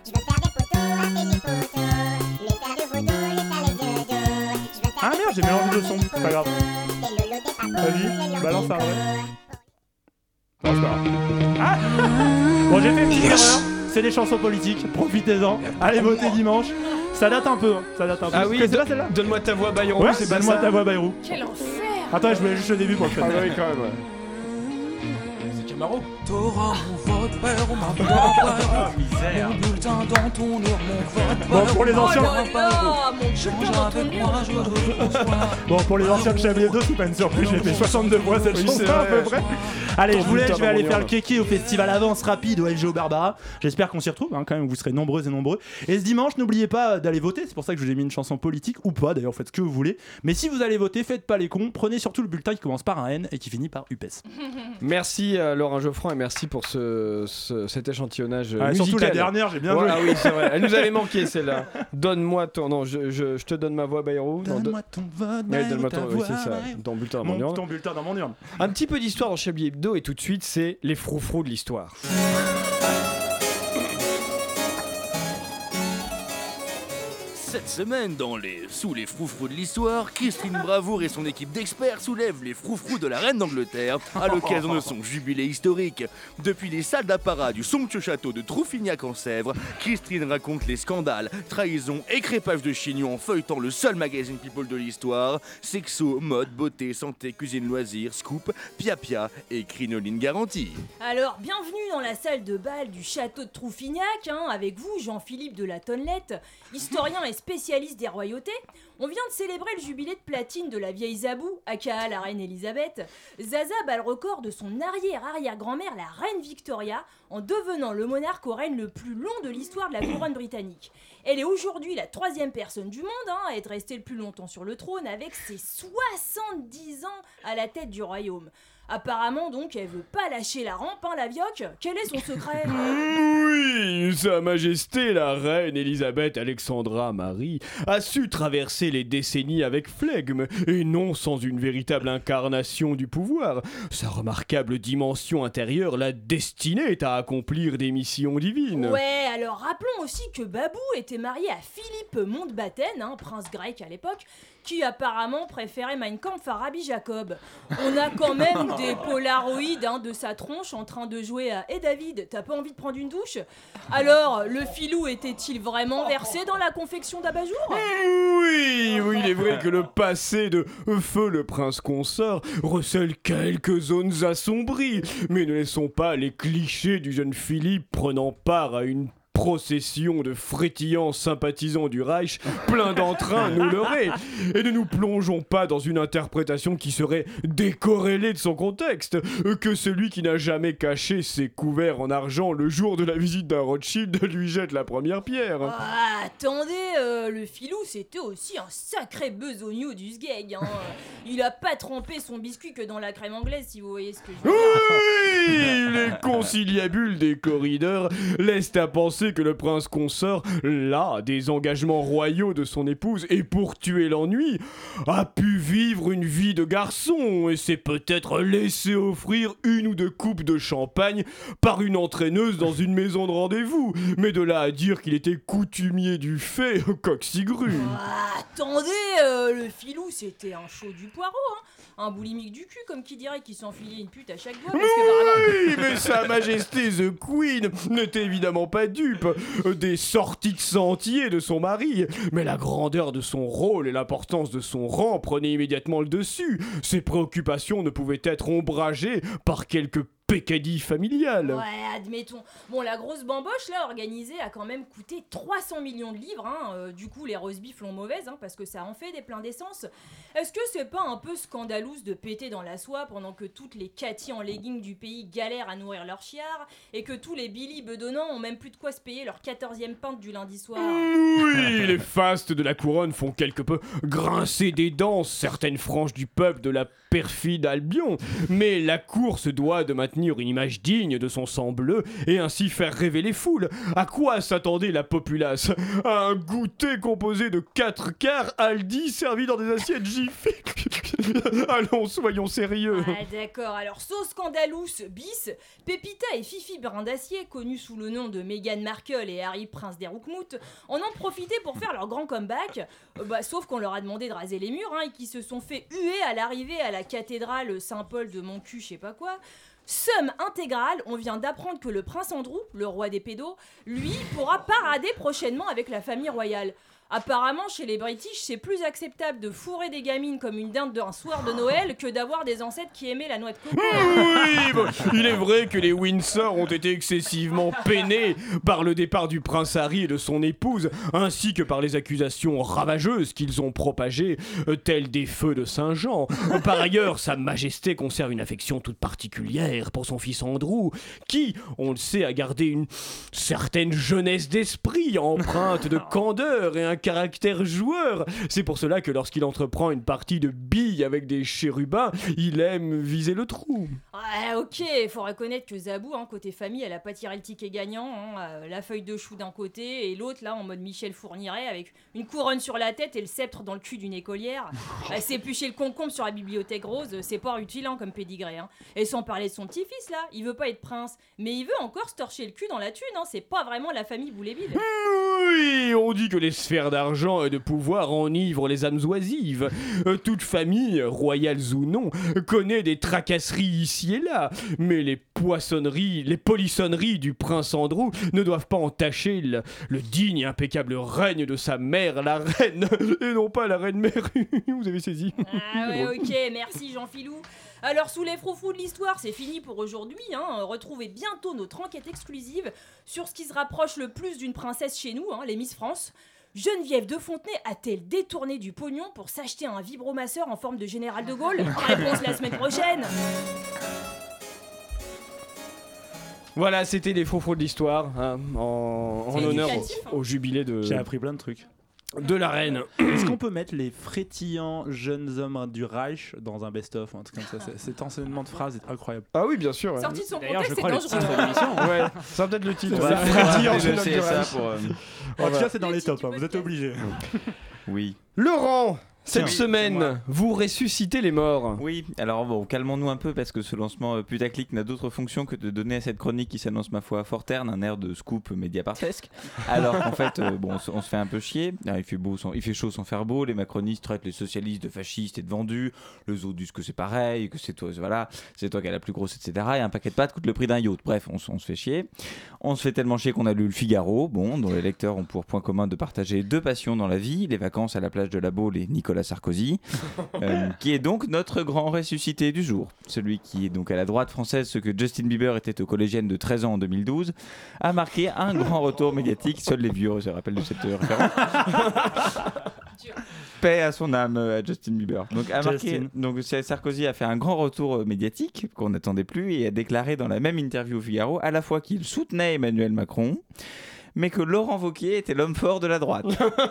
Ah merde, j'ai mélangé le son, c'est pas grave. Vas-y, balance un vrai. Non, c'est pas grave. Ah bon, j'ai fait une petite erreur. C'est des chansons politiques, profitez-en. Allez voter dimanche. Ça date un peu, hein, ça date un peu. Ah oui, C'est do- pas celle-là donne-moi ta voix Bayrou, Ouais, c'est pas donne-moi ça ta voix Bayrou. Quel enfer. Attends, je voulais juste le début pour le faire. Ah bah oui, quand même, ouais. C'est Camaro. T'auras mon vote père, ma voix Misère. mon bulletin dans ton urne, mon vote Bon, pour les anciens. Oh là là, mon bulletin dans ton urne. Bon, pour les anciens de Chablis Hebdo, c'est pas une surprise, j'ai fait soixante-deux fois cette Oui, chanson c'est à vrai. peu près. Allez, Ton je vous laisse, bulletin je vais dans aller mon faire le urne. kéké au festival Avance Rapide au F G O Barbara. J'espère qu'on s'y retrouve, hein, quand même, vous serez nombreuses et nombreux. Et ce dimanche, n'oubliez pas d'aller voter, c'est pour ça que je vous ai mis une chanson politique, ou pas, d'ailleurs, faites ce que vous voulez. Mais si vous allez voter, faites pas les cons, prenez surtout le bulletin qui commence par un N et qui finit par U P E S. Merci euh, Laurent Geoffrand et merci pour ce, ce- cet échantillonnage euh, Ah, musical. surtout la dernière, j'ai bien Ouais, joué. Ah oui, c'est vrai. Elle nous avait manqué celle-là. Donne-moi ton. Non, je, je, je te donne ma voix Bayrou. Non, Donne-moi ton vote, Ouais, Bayrou, donne-moi ta ton. Oui, voix, c'est ça. Bayrou. Ton bulletin dans mon Mon- urne. ton bulletin dans mon urne. Un petit peu d'histoire dans Chablis Hebdo et tout de suite, c'est les froufrous de l'histoire. Cette semaine, dans les Sous les froufrous de l'histoire, Christine Bravour et son équipe d'experts soulèvent les froufrous de la reine d'Angleterre à l'occasion de son jubilé historique. Depuis les salles d'apparat du somptueux château de Troufignac en Sèvres, Christine raconte les scandales, trahisons et crépages de chignons en feuilletant le seul magazine People de l'histoire. Sexo, mode, beauté, santé, cuisine, loisirs, scoop, pia-pia et crinoline garantie. Alors, bienvenue dans la salle de bal du château de Troufignac, hein, avec vous, Jean-Philippe de la Tonnelette, historien et spécialiste des royautés. On vient de célébrer le jubilé de platine de la vieille Zabou, aka la reine Elisabeth. Zaza bat le record de son arrière-arrière-grand-mère, la reine Victoria, en devenant le monarque au règne le plus long de l'histoire de la couronne britannique. Elle est aujourd'hui la troisième personne du monde hein, à être restée le plus longtemps sur le trône, avec ses soixante-dix ans à la tête du royaume. Apparemment donc elle veut pas lâcher la rampe, hein, la vioque. Quel est son secret? Oui, Sa Majesté la reine Elisabeth Alexandra Marie a su traverser les décennies avec flegme et non sans une véritable incarnation du pouvoir. Sa remarquable dimension intérieure l'a destinée à accomplir des missions divines. Ouais, alors rappelons aussi que Babou était marié à Philippe Mountbatten, hein, prince grec à l'époque, qui apparemment préférait Mein Kampf à Rabbi Jacob. On a quand même des polaroïdes hein, de sa tronche en train de jouer à « Hé David, t'as pas envie de prendre une douche ?» Alors, le filou était-il vraiment versé dans la confection d'abat-jour? Oui, oui, il est vrai que le passé de Feu le prince consort recèle quelques zones assombries, mais ne laissons pas les clichés du jeune Philippe prenant part à une procession de frétillants sympathisants du Reich, plein d'entrain nous leurrer, et ne nous plongeons pas dans une interprétation qui serait décorrélée de son contexte, que celui qui n'a jamais caché ses couverts en argent le jour de la visite d'un Rothschild lui jette la première pierre. Ah, attendez, euh, le filou c'était aussi un sacré besogneux du sgeg. Hein. Il a pas trempé son biscuit que dans la crème anglaise, si vous voyez ce que je veux dire. Oui, les conciliabules des corridors laissent à penser que le prince consort, là, des engagements royaux de son épouse, et pour tuer l'ennui, a pu vivre une vie de garçon et s'est peut-être laissé offrir une ou deux coupes de champagne par une entraîneuse dans une maison de rendez-vous. Mais de là à dire qu'il était coutumier du fait, coq-cigru. Ah, attendez, euh, le filou c'était un chaud du poireau, hein. Un boulimique du cul, comme qui dirait qu'il s'enfilait une pute à chaque doigt. Parce que Oui, mais Sa Majesté The Queen n'était évidemment pas dupe des sorties de sentier de son mari, mais la grandeur de son rôle et l'importance de son rang prenaient immédiatement le dessus. Ses préoccupations ne pouvaient être ombragées par quelques pécadilles familiales. Ouais, admettons. Bon, la grosse bamboche, là, organisée, a quand même coûté trois cents millions de livres. Hein. Euh, du coup, les roast beef l'ont mauvaise, hein, parce que ça en fait des pleins d'essence. Est-ce que c'est pas un peu scandalous de péter dans la soie pendant que toutes les Cathy en leggings du pays galèrent à nourrir leurs chiards, et que tous les Billy bedonnants ont même plus de quoi se payer leur quatorzième pinte du lundi soir? Oui, les fastes de la couronne font quelque peu grincer des dents certaines franges du peuple de la perfide Albion, mais la cour se doit de maintenir une image digne de son sang bleu et ainsi faire rêver les foules. À quoi s'attendait la populace? À un goûter composé de quatre quarts Aldi servi dans des assiettes Jiffy. Allons, soyons sérieux. Ah d'accord, alors sauce scandalous bis, Pépita et Fifi Brin d'Acier, connus sous le nom de Meghan Markle et Harry Prince d'Erroukmout, en ont profité pour faire leur grand comeback, euh, bah, sauf qu'on leur a demandé de raser les murs, hein, et qui se sont fait huer à l'arrivée à la cathédrale Saint-Paul de Moncu, je sais pas quoi. Somme intégrale, on vient d'apprendre que le prince Andrew, le roi des pédos, lui, pourra parader prochainement avec la famille royale. Apparemment, chez les British, c'est plus acceptable de fourrer des gamines comme une dinde d'un soir de Noël que d'avoir des ancêtres qui aimaient la noix de coco. Oui, bon, il est vrai que les Windsor ont été excessivement peinés par le départ du prince Harry et de son épouse, ainsi que par les accusations ravageuses qu'ils ont propagées, euh, telles des feux de Saint-Jean. Par ailleurs, Sa Majesté conserve une affection toute particulière pour son fils Andrew, qui, on le sait, a gardé une certaine jeunesse d'esprit, empreinte de candeur et un caractère joueur. C'est pour cela que lorsqu'il entreprend une partie de billes avec des chérubins, il aime viser le trou. Ouais, ok, faut reconnaître que Zabou, hein, côté famille, elle a pas tiré le ticket gagnant, hein, euh, la feuille de chou d'un côté et l'autre là en mode Michel Fourniret avec une couronne sur la tête et le sceptre dans le cul d'une écolière. Elle s'est épluché le concombre sur la bibliothèque rose, c'est pas utile hein, comme pédigré. Hein. Et sans parler de son petit-fils là, il veut pas être prince, mais il veut encore se torcher le cul dans la thune, hein, c'est pas vraiment la famille Bouléville. Oui, on dit que les sphères d'argent et de pouvoir enivrent les âmes oisives. Euh, toute famille, royales ou non, connaît des tracasseries ici et là, mais les poissonneries, les polissonneries du prince Andrew ne doivent pas entacher le, le digne et impeccable règne de sa mère, la reine, et non pas la reine mère. Vous avez saisi? Ah ouais, ok, merci Jean-Philou. Alors, sous les froufrous de l'histoire, c'est fini pour aujourd'hui. Hein. Retrouvez bientôt notre enquête exclusive sur ce qui se rapproche le plus d'une princesse chez nous, hein, les Miss France. Geneviève de Fontenay a-t-elle détourné du pognon pour s'acheter un vibromasseur en forme de général de Gaulle? Réponse la semaine prochaine. Voilà, c'était les faux-faux de l'histoire, hein, en, en C'est honneur éducatif, au, au jubilé de, J'ai appris plein de trucs. de la reine. Est-ce qu'on peut mettre les frétillants jeunes hommes du Reich dans un best-of, un truc comme ça? C'est- Cet enseignement de phrase est incroyable. Ah oui, bien sûr. ouais. Sorti de son D'ailleurs, contexte, je c'est crois le dangereux. titre de l'émission. Ouais, ça va peut-être le titre. Ouais, Les frétillants le jeunes hommes C du S A Reich. pour, euh, En tout cas, c'est dans les tops, hein, vous êtes obligés. Oui. Laurent, cette Oui, semaine, vous ressuscitez les morts. Oui, alors bon, calmons-nous un peu parce que ce lancement euh, putaclic n'a d'autre fonction que de donner à cette chronique qui s'annonce ma foi fort terne un air de scoop médiapartesque. Alors qu'en fait, euh, bon, on, se- on se fait un peu chier. Ah, il fait beau, sans- il fait chaud sans faire beau. Les macronistes traitent les socialistes de fascistes et de vendus. Les autres disent que c'est pareil, que c'est toi, voilà, c'est toi qui as la plus grosse, et cetera. Et un paquet de pâtes coûte le prix d'un yacht. Bref, on, se- on se fait chier. On se fait tellement chier qu'on a lu le Figaro, bon, dont les lecteurs ont pour point commun de partager deux passions dans la vie, les vacances à la plage de la Baule et Nicolas Sarkozy, euh, qui est donc notre grand ressuscité du jour. Celui qui est donc à la droite française, ce que Justin Bieber était aux collégiennes de treize ans en deux mille douze, a marqué un grand retour médiatique. Seuls les vieux se rappellent de cette euh, référence. Paix à son âme, euh, à Justin Bieber. Donc, a marqué, Justin. donc Sarkozy a fait un grand retour euh, médiatique qu'on n'attendait plus et a déclaré dans la même interview au Figaro à la fois qu'il soutenait Emmanuel Macron, mais que Laurent Wauquiez était l'homme fort de la droite.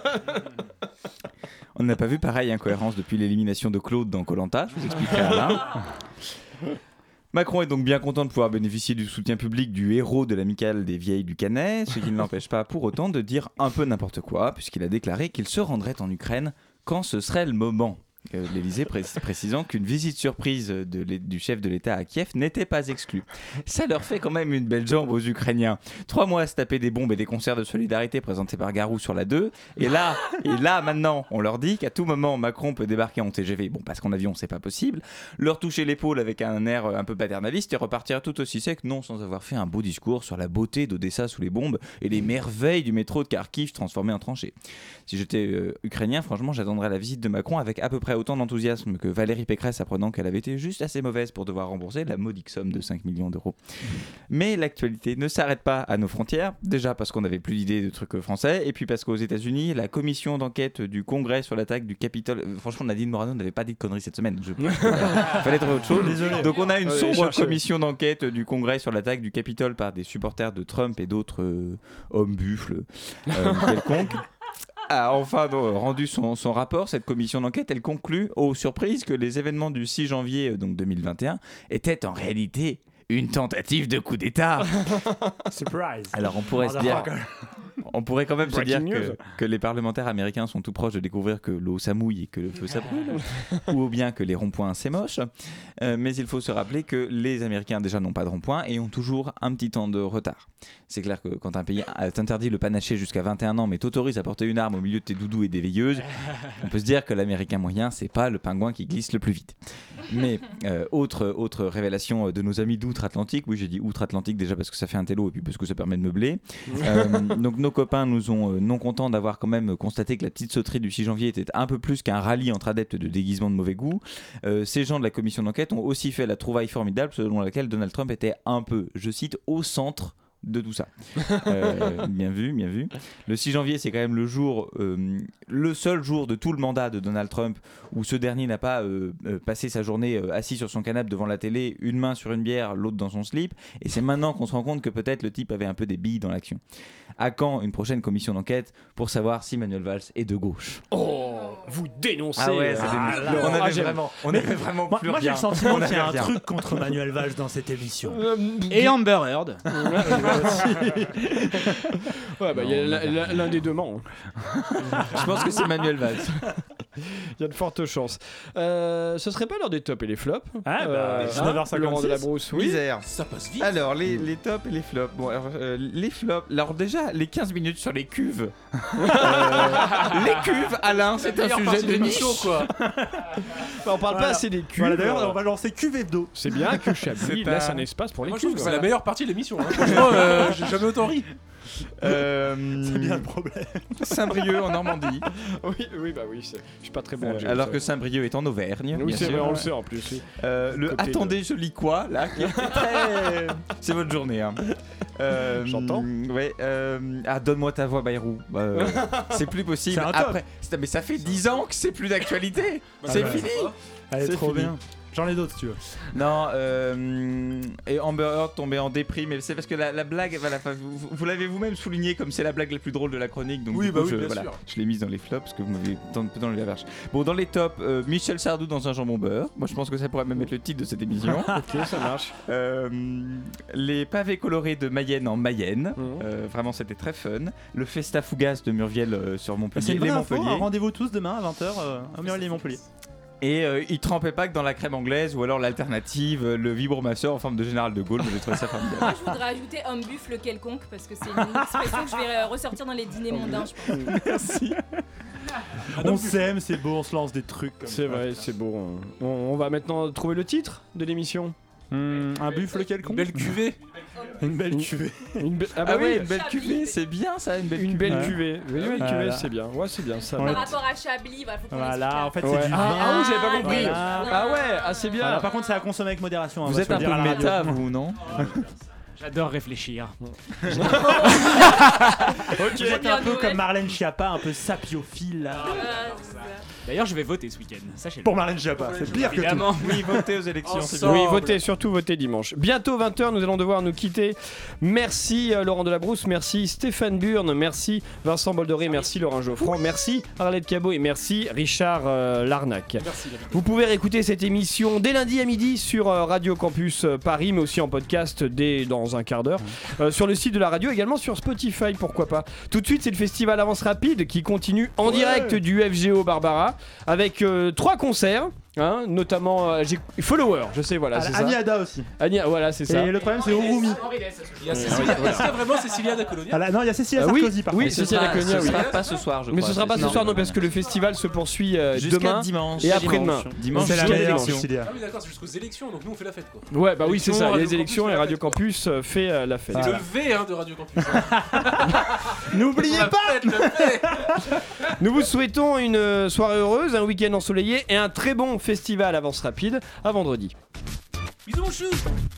On n'a pas vu pareille incohérence depuis l'élimination de Claude dans Koh-Lanta, je vous expliquerai Alain. Macron est donc bien content de pouvoir bénéficier du soutien public du héros de l'amicale des vieilles du Canet, ce qui ne l'empêche pas pour autant de dire un peu n'importe quoi, puisqu'il a déclaré qu'il se rendrait en Ukraine quand ce serait le moment. Euh, L'Élysée pré- précisant qu'une visite surprise de l'é- du chef de l'État à Kiev n'était pas exclue. Ça leur fait quand même une belle jambe aux Ukrainiens. Trois mois à se taper des bombes et des concerts de solidarité présentés par Garou sur la deux. Et là, et là maintenant, on leur dit qu'à tout moment, Macron peut débarquer en T G V. Bon, parce qu'en avion, c'est pas possible. Leur toucher l'épaule avec un air un peu paternaliste et repartir tout aussi sec, non sans avoir fait un beau discours sur la beauté d'Odessa sous les bombes et les merveilles du métro de Kharkiv transformé en tranchée. Si j'étais euh, ukrainien, franchement, j'attendrais la visite de Macron avec à peu près autant d'enthousiasme que Valérie Pécresse apprenant qu'elle avait été juste assez mauvaise pour devoir rembourser la modique somme de cinq millions d'euros. Mais l'actualité ne s'arrête pas à nos frontières, déjà parce qu'on n'avait plus d'idées de trucs français, et puis parce qu'aux États-Unis, la commission d'enquête du Congrès sur l'attaque du Capitole. euh, Franchement, Nadine Morano n'avait pas dit de conneries cette semaine. Je... Fallait trouver autre chose. Désolé. Donc on a une Allez, sombre cherchez. commission d'enquête du Congrès sur l'attaque du Capitole par des supporters de Trump et d'autres euh, hommes buffles euh, quelconques. A enfin donc, rendu son, son rapport. Cette commission d'enquête, elle conclut aux surprises que les événements du six janvier euh, donc deux mille vingt et un étaient en réalité une tentative de coup d'État. Surprise. Alors on pourrait se dire, Motherfucker. on pourrait quand même se dire Breaking que, news. que les parlementaires américains sont tout proches de découvrir que l'eau ça mouille et que le feu ça brûle, ou bien que les ronds-points c'est moche. Euh, mais il faut se rappeler que les Américains déjà n'ont pas de ronds-points et ont toujours un petit temps de retard. C'est clair que quand un pays euh, t'interdit le panaché jusqu'à vingt et un ans mais t'autorise à porter une arme au milieu de tes doudous et des veilleuses, on peut se dire que l'Américain moyen c'est pas le pingouin qui glisse le plus vite. Mais euh, autre, autre révélation de nos amis d'outre-Atlantique, oui j'ai dit outre-Atlantique déjà parce que ça fait un télo et puis parce que ça permet de meubler. Euh, donc nos copains nous ont euh, non contents d'avoir quand même constaté que la petite sauterie du six janvier était un peu plus qu'un rallye entre adeptes de déguisement de mauvais goût. Euh, ces gens de la commission d'enquête ont aussi fait la trouvaille formidable selon laquelle Donald Trump était un peu, je cite, au centre de tout ça. Euh, bien vu, bien vu. Le six janvier, c'est quand même le jour, euh, le seul jour de tout le mandat de Donald Trump où ce dernier n'a pas euh, euh, passé sa journée euh, assis sur son canapé devant la télé, une main sur une bière, l'autre dans son slip. Et c'est maintenant qu'on se rend compte que peut-être le type avait un peu des billes dans l'action. À quand une prochaine commission d'enquête pour savoir si Manuel Valls est de gauche? Oh, vous dénoncez. Ah ouais, c'est Ah des- là, on avait ah, j'aime. vraiment, on avait vraiment Moi, plus moi, j'ai rien. le sentiment On qu'il y a avait un rien. truc contre Manuel Valls dans cette émission. Et Amber Heard. Ouais, bah, il y a l'un- l'un l'un des deux membres. Je pense que c'est Manuel Valls. Il y a de fortes chances. Euh, ce serait pas l'heure des tops et les flops? Ah, bah, Euh, dix-neuf heures cinquante-six. Laurent Delabrousse, oui. Misère. Ça passe vite. Alors, les, les tops et les flops. Bon, alors, euh, les flops. Alors, déjà, les quinze minutes sur les cuves. Euh, les cuves, Alain, c'est un meilleure sujet partie de de niche. l'émission, quoi. Bah, on parle pas Voilà. assez des cuves. Voilà, d'ailleurs, on va lancer Cuve Hebdo. C'est bien que Chablis C'est laisse un- un espace pour les Moi, je trouve cuves. que c'est la meilleure partie de l'émission. Hein. Franchement, euh, j'ai jamais autant ri. Euh, C'est bien le problème. Saint-Brieuc en Normandie. Oui, oui, bah oui, c'est- je suis pas très bon. en Euh, géo, alors ça. que Saint-Brieuc est en Auvergne. Oui, bien c'est sûr. vrai, on le sait en plus. oui. Euh, le Côté attendez, je lis quoi là qui était très... C'est votre journée. Hein. Euh, J'entends. Ouais. Euh, ah, donne-moi ta voix, Bayrou. Bah, euh, c'est plus possible. C'est un top. Après, c'est- mais ça fait dix ans que c'est plus d'actualité. Bah, c'est ouais. fini. Elle est C'est trop fini. bien. J'en ai d'autres si tu veux. Non, euh, et Amber Heard tombait en déprime, mais c'est parce que la, la blague, voilà, enfin, vous, vous l'avez vous-même souligné comme c'est la blague la plus drôle de la chronique, donc Oui, du bah coup, oui, je, bien voilà, sûr. je l'ai mise dans les flops parce que vous m'avez un peu dans la verge. Bon, dans les tops, euh, Michel Sardou dans un jambon beurre. Moi, je pense que ça pourrait même être le titre de cette émission. Ok, ça marche. Euh, les pavés colorés de Mayenne en Mayenne, Mhm. Euh, vraiment c'était très fun. Le Festa Fougasse de Muriel euh, sur C'est Montpellier, une les vraie info. Montpellier. Un rendez-vous tous demain à vingt heures à Muriel et Montpellier. Et euh, il trempait pas que dans la crème anglaise ou alors l'alternative, euh, le vibromasseur en forme de général de Gaulle. Mais j'ai trouvé ça formidable. Moi, je voudrais ajouter un buffle quelconque parce que c'est une expression que je vais euh, ressortir dans les dîners mondains, je pense. Merci. On s'aime, c'est beau, on se lance des trucs comme ça. C'est vrai, c'est beau. On, on va maintenant trouver le titre de l'émission. Hmm, un buffle quelconque. Belle cuvée. Une belle cuvée. Une be- Ah, bah ouais, oui, une belle cuvée, c'est bien ça, une belle une cuvée. belle Ouais. cuvée. Une belle Voilà. cuvée, c'est bien. Ouais, c'est bien ça. On Par est- rapport à Chablis, voilà, faut qu'on Voilà, en fait, Ouais. c'est du Ah, vin. ah oui, j'avais pas compris. Voilà. Ah ouais, ah c'est bien. Voilà, par contre, c'est à consommer avec modération. hein, on Vous va êtes se le un peu dire à la méta, radio. vous, non? J'adore réfléchir. Vous êtes un peu comme Marlène Schiappa, un peu sapiophile. là. D'ailleurs, je vais voter ce week-end. Sachez-le. Pour Marlène Schiappa, c'est pire que tout. Évidemment. Oui, votez aux élections. c'est Oui, bien. votez, surtout votez dimanche. Bientôt vingt heures, nous allons devoir nous quitter. Merci euh, Laurent Delabrousse, merci Stéphane Burn, merci Vincent Boldoré, merci Laurent Geoffrand, merci Arlette Cabot et merci Richard euh, Larnac. Merci. Vous pouvez réécouter cette émission dès lundi à midi sur euh, Radio Campus euh, Paris, mais aussi en podcast dès dans un quart d'heure. Euh, sur le site de la radio, également sur Spotify, pourquoi pas. Tout de suite, c'est le festival Avance Rapide qui continue en Ouais. direct du F G O Barbara avec euh, trois concerts. Hein, notamment euh, j'ai Follower, je sais, voilà, c'est ça. Annie Ada aussi. Annie, voilà, c'est ça. Et le problème, c'est Urumi. Il y a Cécilia. Est-ce qu'il y a vraiment Cécilia da Colonia? Ah là, non, il y a Cécilia Ah oui, Sarkozy par oui, contre. c'est Cécilia Ce Laconia, oui. sera pas ce soir, je Mais crois. ce sera pas ce Non. soir, non, parce que le festival se poursuit euh, Jusqu'à demain dimanche. et après-demain. Dimanche, C'est la jusqu'à meilleure, l'élection. Cécilia. Ah oui, d'accord, c'est jusqu'aux élections, donc nous on fait la fête quoi. Ouais, bah oui, c'est ça. Radio Les élections Campus et fait la Radio fête, quoi. Campus euh, fait euh, la fête. C'est Voilà. le V hein, de Radio Campus. hein. N'oubliez La pas. fête, le V. Nous vous souhaitons une euh, soirée heureuse, un week-end ensoleillé et un très bon festival Avance Rapide. À vendredi. Bisous mon chou.